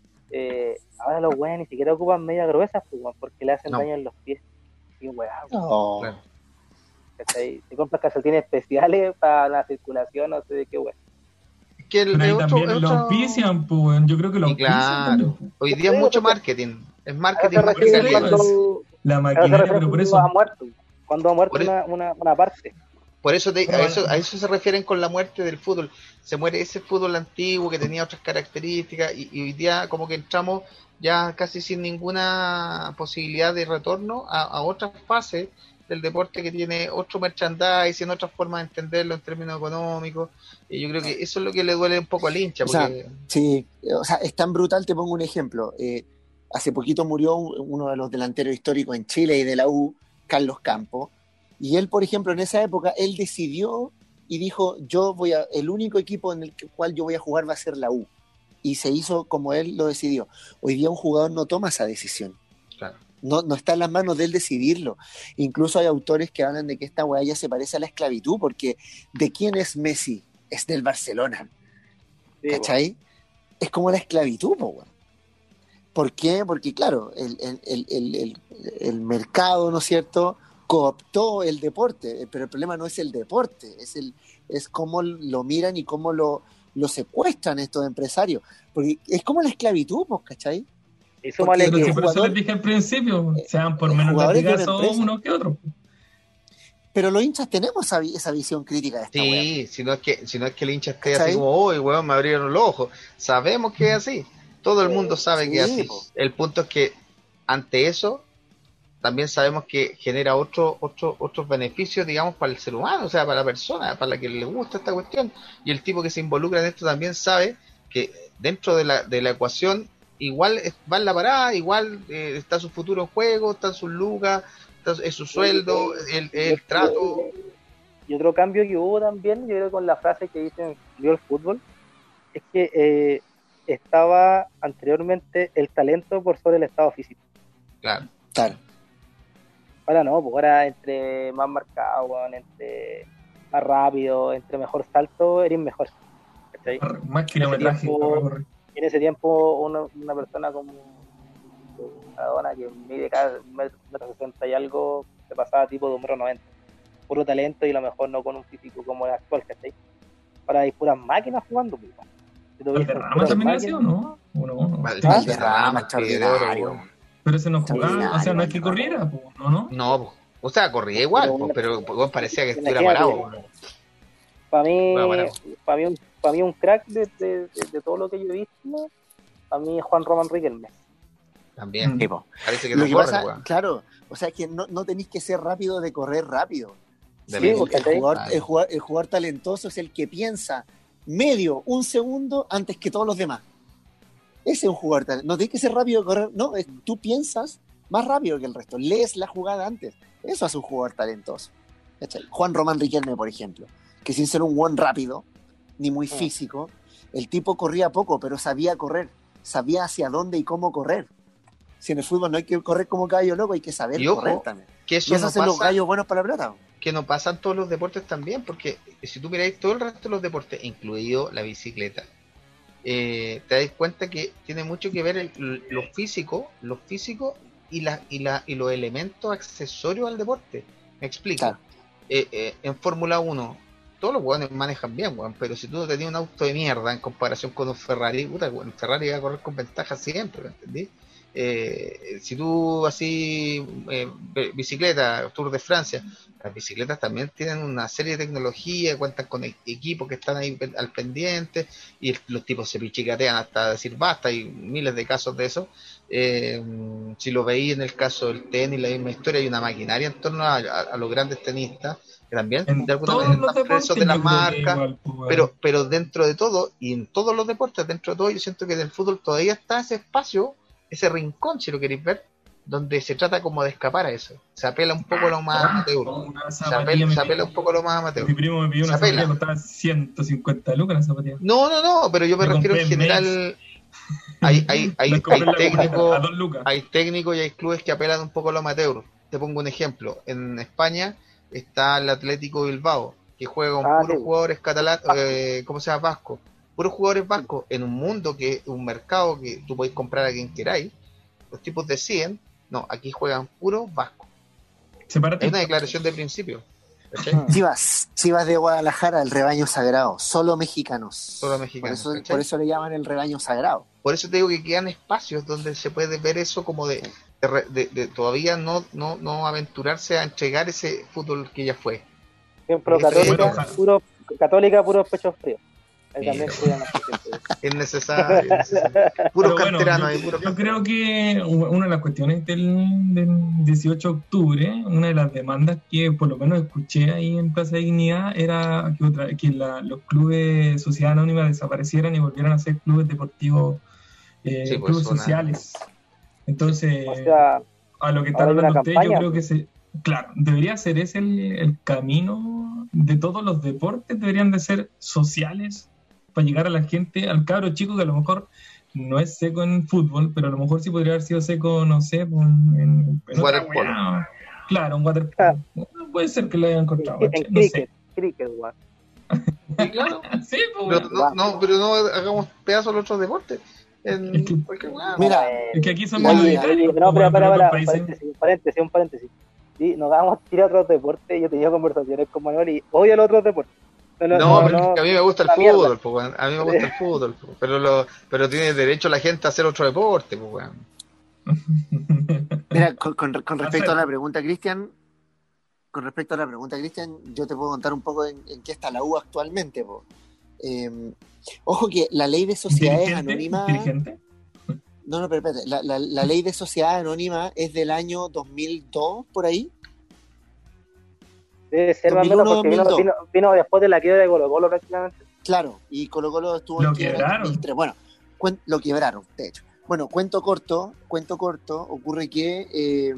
Eh, ahora los weones ni siquiera ocupan medias gruesas, pues, weón, porque le hacen No. daño en los pies. Y weá, weón, No. Claro. ¿cachai? Te compras calcetines especiales para la circulación, no sé de qué weón. Es que el, Pero ahí es otro, también es lo otro- auspician, pues, weón. Yo creo que lo Y auspician también. claro, pues. hoy día es mucho marketing. Es A marketing eso más se que eso refiere digo, calidad. cuando, La a eso se maquinaria, refiere pero por cuando eso. ha muerto, cuando ha muerto Por eso- una, una, una parte. Por eso te- a, Pero eso, bueno. a eso se refieren con la muerte del fútbol. Se muere ese fútbol antiguo que tenía otras características y, y hoy día como que entramos ya casi sin ninguna posibilidad de retorno a, a otras fases del deporte que tiene otro merchandising, otras formas de entenderlo en términos económicos. Y yo creo que eso es lo que le duele un poco al hincha. O sea, Porque, sí, o sea, es tan brutal, te pongo un ejemplo. Eh, hace poquito murió un- uno de los delanteros históricos en Chile y de la U, Carlos Campos, y él, por ejemplo, en esa época, él decidió y dijo, yo voy a, el único equipo en el cual yo voy a jugar va a ser la U. Y se hizo como él lo decidió. Hoy día un jugador no toma esa decisión. claro, No, no está en las manos de él decidirlo. Incluso hay autores que hablan de que esta weá ya se parece a la esclavitud, porque ¿de quién es Messi? Es del Barcelona. Sí, ¿Cachai? Es como la esclavitud, po, weón. ¿Por qué? Porque, claro, el, el, el, el, el, el mercado, ¿no es cierto?, cooptó el deporte, pero el problema no es el deporte, es, el, es cómo lo miran y cómo lo, lo secuestran estos empresarios. Porque es como la esclavitud, pues, ¿cachai? Y súmale Pero el si que por eso jugador- les dije al principio, sean por el menos jugador es de una latigazos empresa. unos que otros. Pero los hinchas tenemos esa, vi- esa visión crítica de esta weá. sí, si no es que, si no es que el hincha esté ¿Cachai? así como, uy, weón, me abrieron los ojos. Sabemos que es así. Todo el mundo sabe Sí, que es así. po. El punto es que ante eso también sabemos que genera otro, otro, otros beneficios, digamos, para el ser humano, o sea, para la persona, para la que le gusta esta cuestión. Y el tipo que se involucra en esto también sabe que dentro de la, de la ecuación igual es- va en la parada, igual eh, está su futuro en juego, están sus lucas, está, es su sueldo, el, el trato. Y otro cambio que hubo también, yo creo con la frase que dicen "Murió el fútbol", es que eh, estaba anteriormente el talento por sobre el estado físico. Claro, Claro. Ahora no, pues ahora entre más marcado, weón, entre más rápido, entre mejor salto, eres mejor. ¿Cachai? Más kilometraje tiempo- para recorrer. Y en ese tiempo una, una persona como Maradona que mide cada metro sesenta y algo, se pasaba tipo de un metro noventa. Puro talento y a lo mejor no con un físico como el actual, ¿cachai? Ahora hay puras máquinas jugando, pues. Si tú ves ¿Valderrama puras también ha máquinas- sido, no? ¿O no? no? Val- Sí. Valderrama, extraordinario. Pidoro, weón. Pero ese no jugaba, o sea, no es que Extraordinario, corriera, po, ¿no? ¿no? No, po. O sea, corría igual, po, pero weón, parecía que estuviera parado. weón. Para mí, Bueno, bueno. para mí, un- para mí un crack de, de, de, de todo lo que yo he visto, para mí es Juan Román Riquelme. También, Mm. Sí, po. parece que Lo no que corre, pasa, weón. claro, o sea que no, no tenéis que ser rápido de correr rápido. De Sí, medio. el, porque el te- jugador, Ah. el, jugador, el jugador talentoso es el que piensa medio, un segundo antes que todos los demás. Ese es un jugador talentoso. No tienes que ser rápido de correr, no, es, tú piensas más rápido que el resto, lees la jugada antes. Eso hace un jugador talentoso. ¿Cachai? Juan Román Riquelme, por ejemplo, que sin ser un buen rápido, ni muy Ah. físico, el tipo corría poco, pero sabía correr, sabía hacia dónde y cómo correr. Si en el fútbol no hay que correr como caballo loco, hay que saber Y ojo, correr también. Que Y eso eso no hacen los pasa, gallos buenos para la pelota. que no pasa en todos los deportes también, porque si tú miráis todo el resto de los deportes, incluido la bicicleta, eh, te das cuenta que tiene mucho que ver el, lo físico, lo físico y, la, y, la, y los elementos accesorios al deporte. Me explico. Claro. Eh, eh, en Fórmula uno, todos los hueones manejan bien, weón, pero si tú no tenías un auto de mierda en comparación con un Ferrari, puta, weón, Ferrari va a correr con ventaja siempre, ¿me entendí? Eh, si tú así, eh, bicicleta, Tour de Francia, las bicicletas también tienen una serie de tecnología, cuentan con e- equipos que están ahí pen- al pendiente, y el- los tipos se pichicatean hasta decir basta, hay miles de casos de eso. Eh, si lo veis en el caso del tenis, la misma historia, hay una maquinaria en torno a, a- a los grandes tenistas, que también En de alguna manera todos los están presos de deportes la yo creo que marca, igual, pues, weón. pero, pero dentro de todo, y en todos los deportes, dentro de todo, yo siento que en el fútbol todavía está ese espacio, ese rincón, si lo queréis ver, donde se trata como de escapar a eso. Se apela un poco a lo más amateur. Una Se zapatilla apela, me se apela pidió. un poco a lo más amateur. Mi primo me pidió Se una zapatilla que apela. costaba ciento cincuenta lucas la zapatilla. No, no, no, pero yo me La refiero compré en en Mace. general. Hay, hay, La hay, compré hay en la comunidad a técnicos, dos lucas. hay técnicos y hay clubes que apelan un poco a lo amateur. Te pongo un ejemplo. En España está el Atlético Bilbao, que juega con Ah, puros sí. jugadores catalanes, eh, ¿cómo se llama? Vascos. Puros jugadores vascos en un mundo que un mercado que tú podéis comprar a quien queráis. Los tipos deciden, no, aquí juegan puros vascos. Es Separatista. una declaración de principio. ¿Cachai? Mm. Chivas, Chivas de Guadalajara, el rebaño sagrado, solo mexicanos. Solo Por mexicanos, eso, ¿cachai? por eso le llaman el rebaño sagrado. Por eso te digo que quedan espacios donde se puede ver eso como de, de, re- de- de todavía no, no, no aventurarse a entregar ese fútbol que ya fue. Ejemplo, Es católica, diferente. puro, católica, puro pecho frío. Ahí Mira. también cuidan a la gente. Es necesario, es necesario. Puros Pero bueno, canteranos yo, ahí, puros yo canteranos. creo que una de las cuestiones del, del dieciocho de octubre, una de las demandas que por lo menos escuché ahí en Plaza de Dignidad era que, otra, que la, los clubes Sociedad Anónima desaparecieran y volvieran a ser clubes deportivos, eh, Sí, pues, clubes una- sociales. Entonces, O sea, a lo que está ahora hay una hablando usted, yo campaña. creo que se, claro, debería ser ese el, el camino de todos los deportes, deberían de ser sociales para llegar a la gente, al cabro chico que a lo mejor no es seco en fútbol, pero a lo mejor sí podría haber sido seco, no sé, pues, en, en otra Waterpolo. weá. Claro, un waterpolo. No, puede ser que lo haya encontrado, En, ¿cachai? en No sé. cricket, cricket, weón. Sí, claro. Sí, pues, Pero weón. no, no, pero no hagamos pedazos a los otros deportes. En Es que- cualquier lugar. Mira, Es que aquí son Oye, minoritarios, Oye, pues, no, pero weón, para, en otros para, un países. paréntesis, un paréntesis, un paréntesis. Sí, nos vamos a tirar a otros deportes. Yo he tenido conversaciones con Manuel y odio los otros deportes. No, no, No, no, pero es no, que a mí me gusta el una mierda. fútbol, pues, weón. A mí me gusta el fútbol, pues. Pero, lo, pero tiene derecho la gente a hacer otro deporte, pues, weón. Mira, con, con- con respecto a la Perfecto. pregunta, Cristian, con respecto a la pregunta, Cristian, yo te puedo contar un poco en, en qué está la U actualmente, po. Eh, ojo que la ley de sociedades ¿Inteligente? anónimas. ¿Inteligente? No, no, pero espérate, la, la, la ley de sociedades anónimas es del año dos mil dos, por ahí. Debe ser más o menos porque vino, vino, vino después de la quiebra de Colo Colo prácticamente. Claro, y Colo Colo estuvo Lo en quiebra en quebraron. dos mil tres. Bueno, cuen- lo quebraron, de hecho. Bueno, cuento corto, cuento corto, ocurre que eh,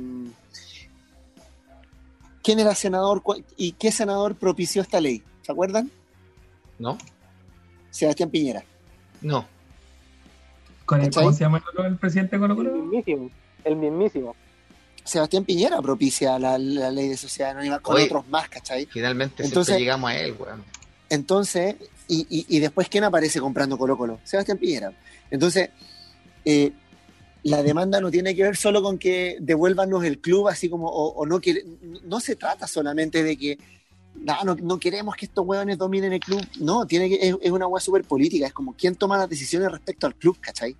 ¿quién era senador cu- y qué senador propició esta ley? ¿Se acuerdan? ¿No? Sebastián Piñera. No. Con el- ¿Cachai? ¿Cómo se llama el, el presidente de Colo El Colo? mismísimo. El mismísimo. Sebastián Piñera propicia la, la ley de sociedad anónima con Oye, otros más, ¿cachai? Finalmente Entonces- siempre llegamos a él, weón. Entonces, y, y, y después, ¿quién aparece comprando Colo Colo? Sebastián Piñera. Entonces, eh, la demanda no tiene que ver solo con que devuélvanos el club, así como, o, o no quiere, no se trata solamente de que no, no, no queremos que estos hueones dominen el club. No, tiene que, es, es una hueá súper política, es como quién toma las decisiones respecto al club, ¿cachai?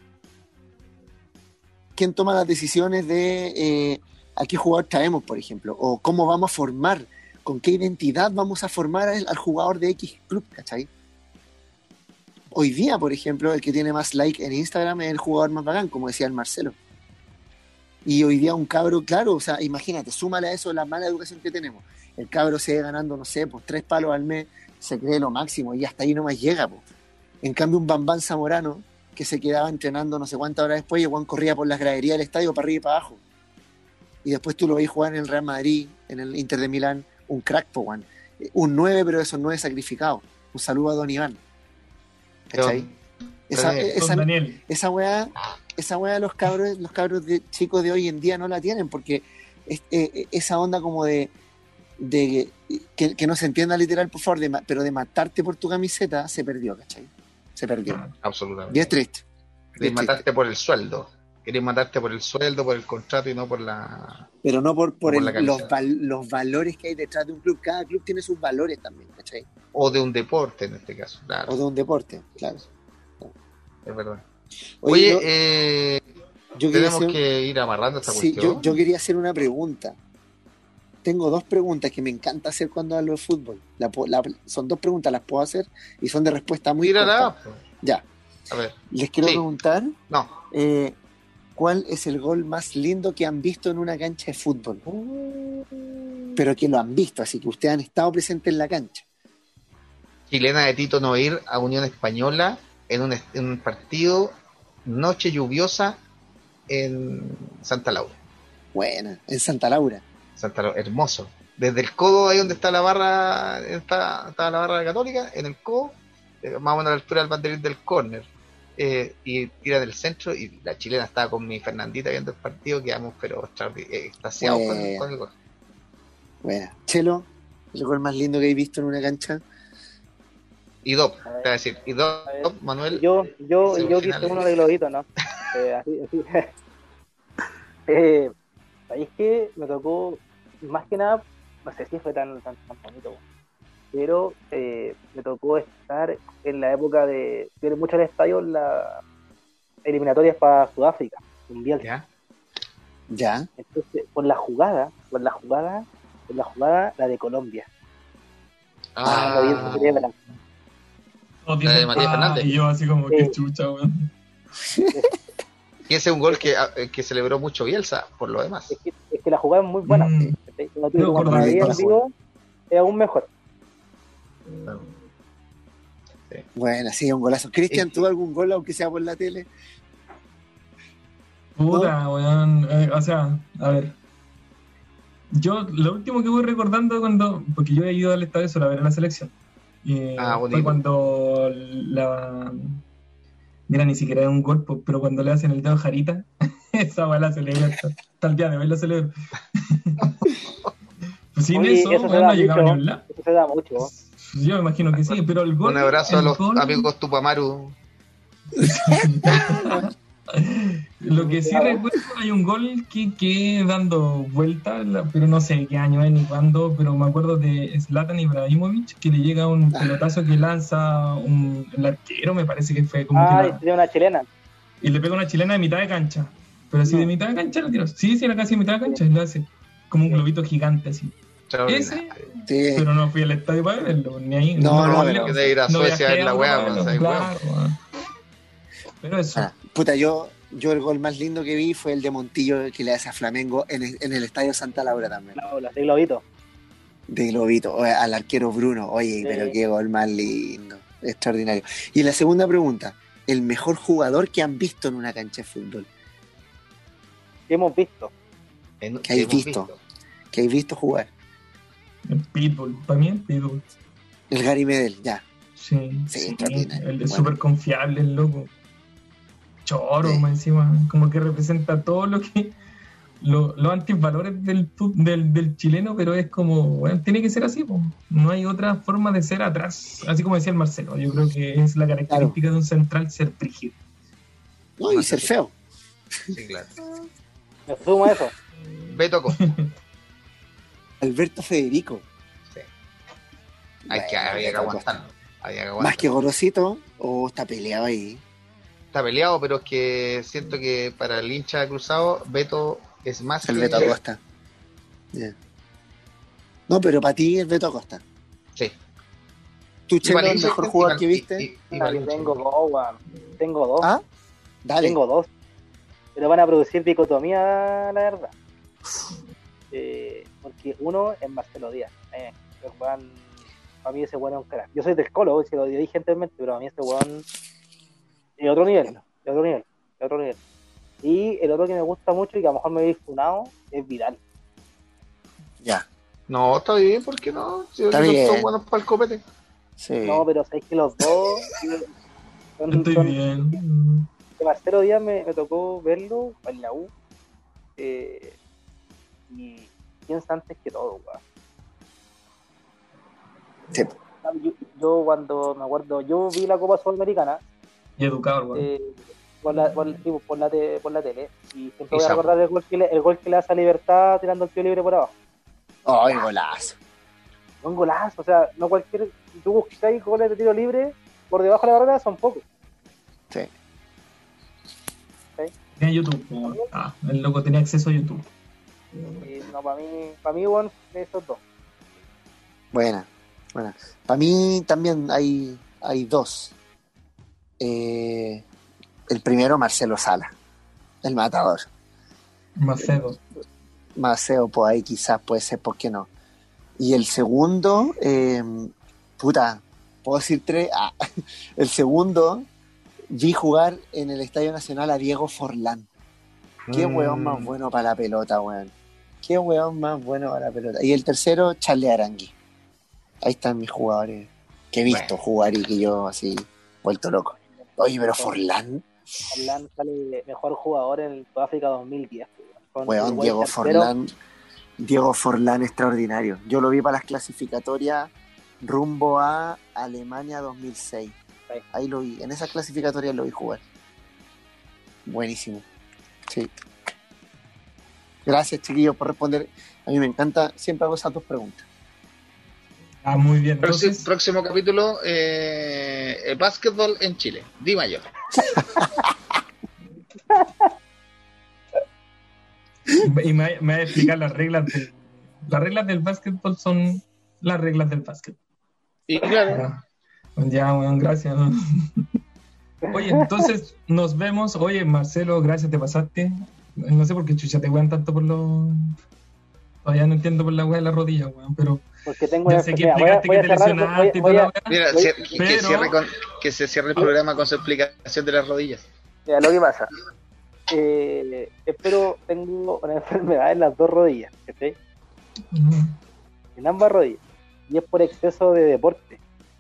¿Quién toma las decisiones de eh, a qué jugador traemos, por ejemplo? O cómo vamos a formar, con qué identidad vamos a formar al, al jugador de X club, ¿cachai? Hoy día, por ejemplo, el que tiene más like en Instagram es el jugador más bacán, como decía el Marcelo. Y hoy día un cabro, claro, o sea, imagínate, súmale a eso la mala educación que tenemos. El cabro se ve ganando, no sé, pues tres palos al mes, se cree lo máximo y hasta ahí no más llega, pues. En cambio, un Bambán Zamorano que se quedaba entrenando no sé cuántas horas después y el Juan corría por las graderías del estadio para arriba y para abajo. Y después tú lo veis jugar en el Real Madrid, en el Inter de Milán, un crack, po, Juan. Un nueve, pero esos nueve sacrificados. Un saludo a Don Iván. ¿Cachai? Esa, Daniel. esa, Don Daniel. esa weá, esa weá los cabros, los cabros de, chicos de hoy en día no la tienen, porque es, eh, esa onda como de, de que, que no se entienda literal, por favor, de, ma- pero de matarte por tu camiseta se perdió, ¿cachai? Se perdió. Absolutamente. Y es triste. Querés es triste. matarte por el sueldo. Querés matarte por el sueldo, por el contrato y no por la... Pero no por, por, por el- la los, camiseta. val- los valores que hay detrás de un club. Cada club tiene sus valores también, ¿cachai? O de un deporte en este caso, claro. O de un deporte, claro. Es verdad. Oye, Oye, yo, eh, yo quería tenemos hacer- que ir amarrando esta sí, cuestión. yo, yo quería hacer una pregunta. tengo dos preguntas que me encanta hacer cuando hablo de fútbol. La, la, son dos preguntas, las puedo hacer y son de respuesta muy corta. Ya. A ver. Les quiero sí. preguntar, no. eh, ¿cuál es el gol más lindo que han visto en una cancha de fútbol? Pero que lo han visto, así que ustedes han estado presentes en la cancha. Chilena de Tito Noir a Unión Española en un, en un partido, noche lluviosa en Santa Laura. Buena, en Santa Laura. Santa Laura, hermoso. Desde el codo, ahí donde está la barra, está, está la barra católica, en el codo, eh, más o menos a la altura del banderín del córner. Eh, y tira del centro, y la chilena estaba con mi Fernandita viendo el partido, quedamos pero eh, extasiados con, con el gol. Bueno, Chelo, el gol más lindo que he visto en una cancha. Y Dop, te voy a decir, y Dop, Manuel. Yo, yo, yo quise uno de globito, ¿no? Eh, así, así. eh, es que me tocó, más que nada, no sé si fue tan, tan, tan bonito, pero eh, me tocó estar en la época de ver mucho el estadio en las eliminatorias para Sudáfrica, mundial. Ya. Ya. Entonces, por la jugada, por la jugada, por la jugada, la de Colombia. Ah, ah la Oh, la de Matías ah, Fernández. Y yo así como, sí. qué chucha, weón. Y ese es un gol que, que celebró mucho Bielsa, por lo demás. Es que, es que la jugada es muy buena. Mm. Cuando tú cuando la veías en vivo, es aún mejor. Sí. Bueno, sí, un golazo. Cristian, ¿tú algún gol, aunque sea por la tele? Puta, ¿No? weón. Eh, o sea, a ver. Yo, lo último que voy recordando cuando. Porque yo he ido al estadio solo a ver a la selección. Y ah, fue cuando la. Mira, ni siquiera es un gol, pero cuando le hacen el dedo Jarita, esa weá la celebra hasta, hasta el día de hoy la celebro. Sin Oye, eso, eso weón, no llegaba ni un lado. Eso se da mucho. Yo me imagino que sí, pero el gol. Un abrazo a los gol... amigos Tupamaru. Lo que sí recuerdo, hay un gol que que dando vueltas, pero no sé qué año es ni cuándo, pero me acuerdo de Zlatan Ibrahimovic, que le llega un pelotazo que lanza un, el arquero, me parece que fue como ah, que la... una chilena. Y le pega una chilena de mitad de cancha, pero así no. de mitad de cancha lo tiró. Sí, sí, era casi de mitad de cancha, y lo hace como un globito gigante así. Ese, sí. Pero no fui al estadio para verlo, ni ahí. No, no, no, no, que de ir a Suecia en la weá, no, claro, claro. Pero eso. Ah, puta, yo, yo el gol más lindo que vi fue el de Montillo que le hace a Flamengo en el, en el estadio Santa Laura también. Laura, de globito. De globito, oye, al arquero Bruno, oye, sí. Pero qué gol más lindo, extraordinario. Y la segunda pregunta, el mejor jugador que han visto en una cancha de fútbol. ¿Qué hemos visto? En, ¿Qué habéis visto? visto? ¿Qué habéis visto jugar? El Pitbull, para mí el Pitbull. El Gary Medel, ya. Sí, sí, sí extraordinario. El de bueno. Súper confiable, el loco. Choro, sí. Más encima, como que representa todo lo que lo, los antivalores del, del, del chileno, pero es como, bueno, tiene que ser así, pues. No hay otra forma de ser atrás, así como decía el Marcelo. Yo creo que es la característica claro. de un central ser rígido. No, y ser feo. Sí, claro. Me sumo a eso. Beto Costa. Alberto Federico. Sí. Hay bueno, que, había que aguantarlo. Había que aguantarlo. Más que Gorosito, o oh, está peleado ahí. Está peleado, pero es que siento que para el hincha cruzado, Beto es más el que... Beto Acosta. Yeah. No, pero para ti es Beto Acosta. Sí. ¿Tú, Chelo, el mejor jugador que viste? Y, y, y ah, tengo dos, man. Tengo dos. ¿Ah? Dale. Tengo dos. Pero van a producir dicotomía, la verdad. Eh, porque uno es Marcelo Díaz. Eh, para mí ese weón es un crack. Yo soy del Colo, se lo dije anteriormente, pero a mí ese weón de otro nivel, de otro nivel, de otro nivel. Y el otro que me gusta mucho y que a lo mejor me habéis funado es Vidal. Ya. No, está bien, ¿por qué no? Si está los bien. Son buenos para el copete. Sí. No, pero sabéis que los dos son, estoy son, bien. Marcelo Díaz me, me tocó verlo en la U. Eh, y piensa antes que todo, weón. Sí. Yo, yo cuando me acuerdo, yo vi la Copa Sudamericana y educado, weón. Eh, por, la, por, sí, por, la te, por la tele y siempre voy a recordar el gol que le, el gol que le hace a Libertad tirando el tiro libre por abajo. ¡Ay, oh, golazo! Un golazo, o sea, no cualquier. Si tú buscáis goles de tiro libre por debajo de la barrera, son pocos. Sí. ¿Sí? Tenía YouTube, ah, el loco tenía acceso a YouTube. Eh, no, para mí, para mí, bueno, esos dos. Buena, buena. Para mí también hay, hay dos. Eh, el primero, Marcelo Sala, el matador. Macedo. Maceo, pues ahí quizás puede ser, ¿por qué no? Y el segundo, eh, puta, puedo decir tres. Ah, el segundo, vi jugar en el Estadio Nacional a Diego Forlán. Qué Mm. weón más bueno para la pelota, weón. Qué weón más bueno para la pelota. Y el tercero, Charles Arangui. Ahí están mis jugadores que he visto Bueno. jugar y que yo así, vuelto loco. Oye, pero Forlán, Forlán sale mejor jugador en Sudáfrica dos mil diez. Con weón, Uruguay Diego tercero. Forlán, Diego Forlán extraordinario. Yo lo vi para las clasificatorias rumbo a Alemania dos mil seis. Sí. Ahí lo vi, en esas clasificatorias lo vi jugar. Buenísimo. Sí. Gracias, chiquillos, por responder. A mí me encanta, siempre hago esas dos preguntas. Ah, muy bien. Próximo, Entonces, próximo capítulo, eh, el básquetbol en Chile. Di Mayor. y me, me va a explicar las reglas del, las reglas del básquetbol son las reglas del básquet. Y claro, Ya, ya, bueno, gracias. Oye, entonces nos vemos. Oye, Marcelo, gracias, te pasaste. No sé por qué chucha te wean tanto por los. Todavía no entiendo por la wea de la rodilla, weón, pero Porque tengo yo una sé que enfermedad. Voy a- explicaste voy a que te cerrar- lesionaste y voy toda a- la wea. mira, Voy- cier- que, pero- cierre con- que se cierre el programa con su explicación de las rodillas. Mira, lo que pasa. Eh, espero, tengo una enfermedad en las dos rodillas, ¿cachai? Ujú. En ambas rodillas. Y es por exceso de deporte.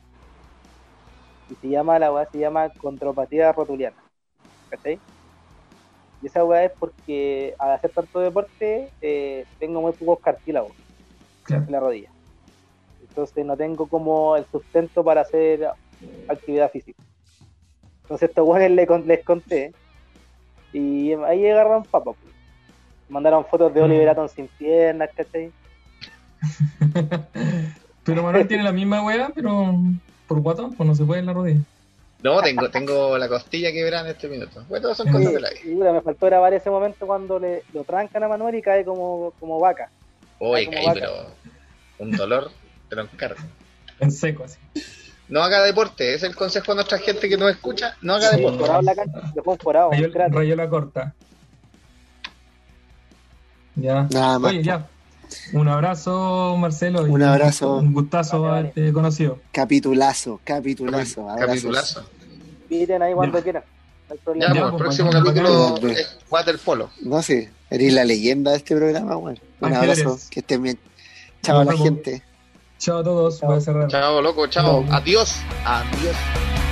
Y se llama, la weá se llama condropatía rotuliana, ¿cachai? Y esa weá es porque al hacer tanto deporte eh, tengo muy pocos cartílagos Claro. en la rodilla. Entonces no tengo como el sustento para hacer actividad física. Entonces estos weones les, con- les conté y ahí agarraron papas. Pues. Mandaron fotos de Mm. Oliver Atom sin piernas, ¿cachai? Pero Manuel tiene la misma wea, pero por guatón, pues no se puede en la rodilla. No, tengo, tengo la costilla quebrada en este minuto. Bueno, todas son Sí. cosas Sí, de la vida. y, puta, me faltó grabar ese momento cuando le, lo trancan a Manuel y cae como, como vaca. Oye, como caí, vaca. pero un dolor te lo encargo. En seco, así. No haga deporte, es el consejo a nuestra gente que nos escucha. No haga Sí. deporte. Forado en la cancha, dejó un forado, un Rayó, cráter. rayó la corta. Ya. Nada más. Oye, ya. Un abrazo, Marcelo. y Un abrazo. Un gustazo Vale, vale. haberte conocido. Capitulazo, capitulazo. Abrazos. Capitulazo. Piden ahí cuando Ya. quieran. No hay Ya, problema. Ya, pues, el pues, próximo bacán, capítulo bacán. es waterpolo. No sé, eres la leyenda de este programa, weón. Un Ajedrez. abrazo, que estén bien. Chao a Nos la vemos. gente. Chao a todos. Chao. Voy a cerrar. Chao, loco, chao. Chao. Adiós. Adiós.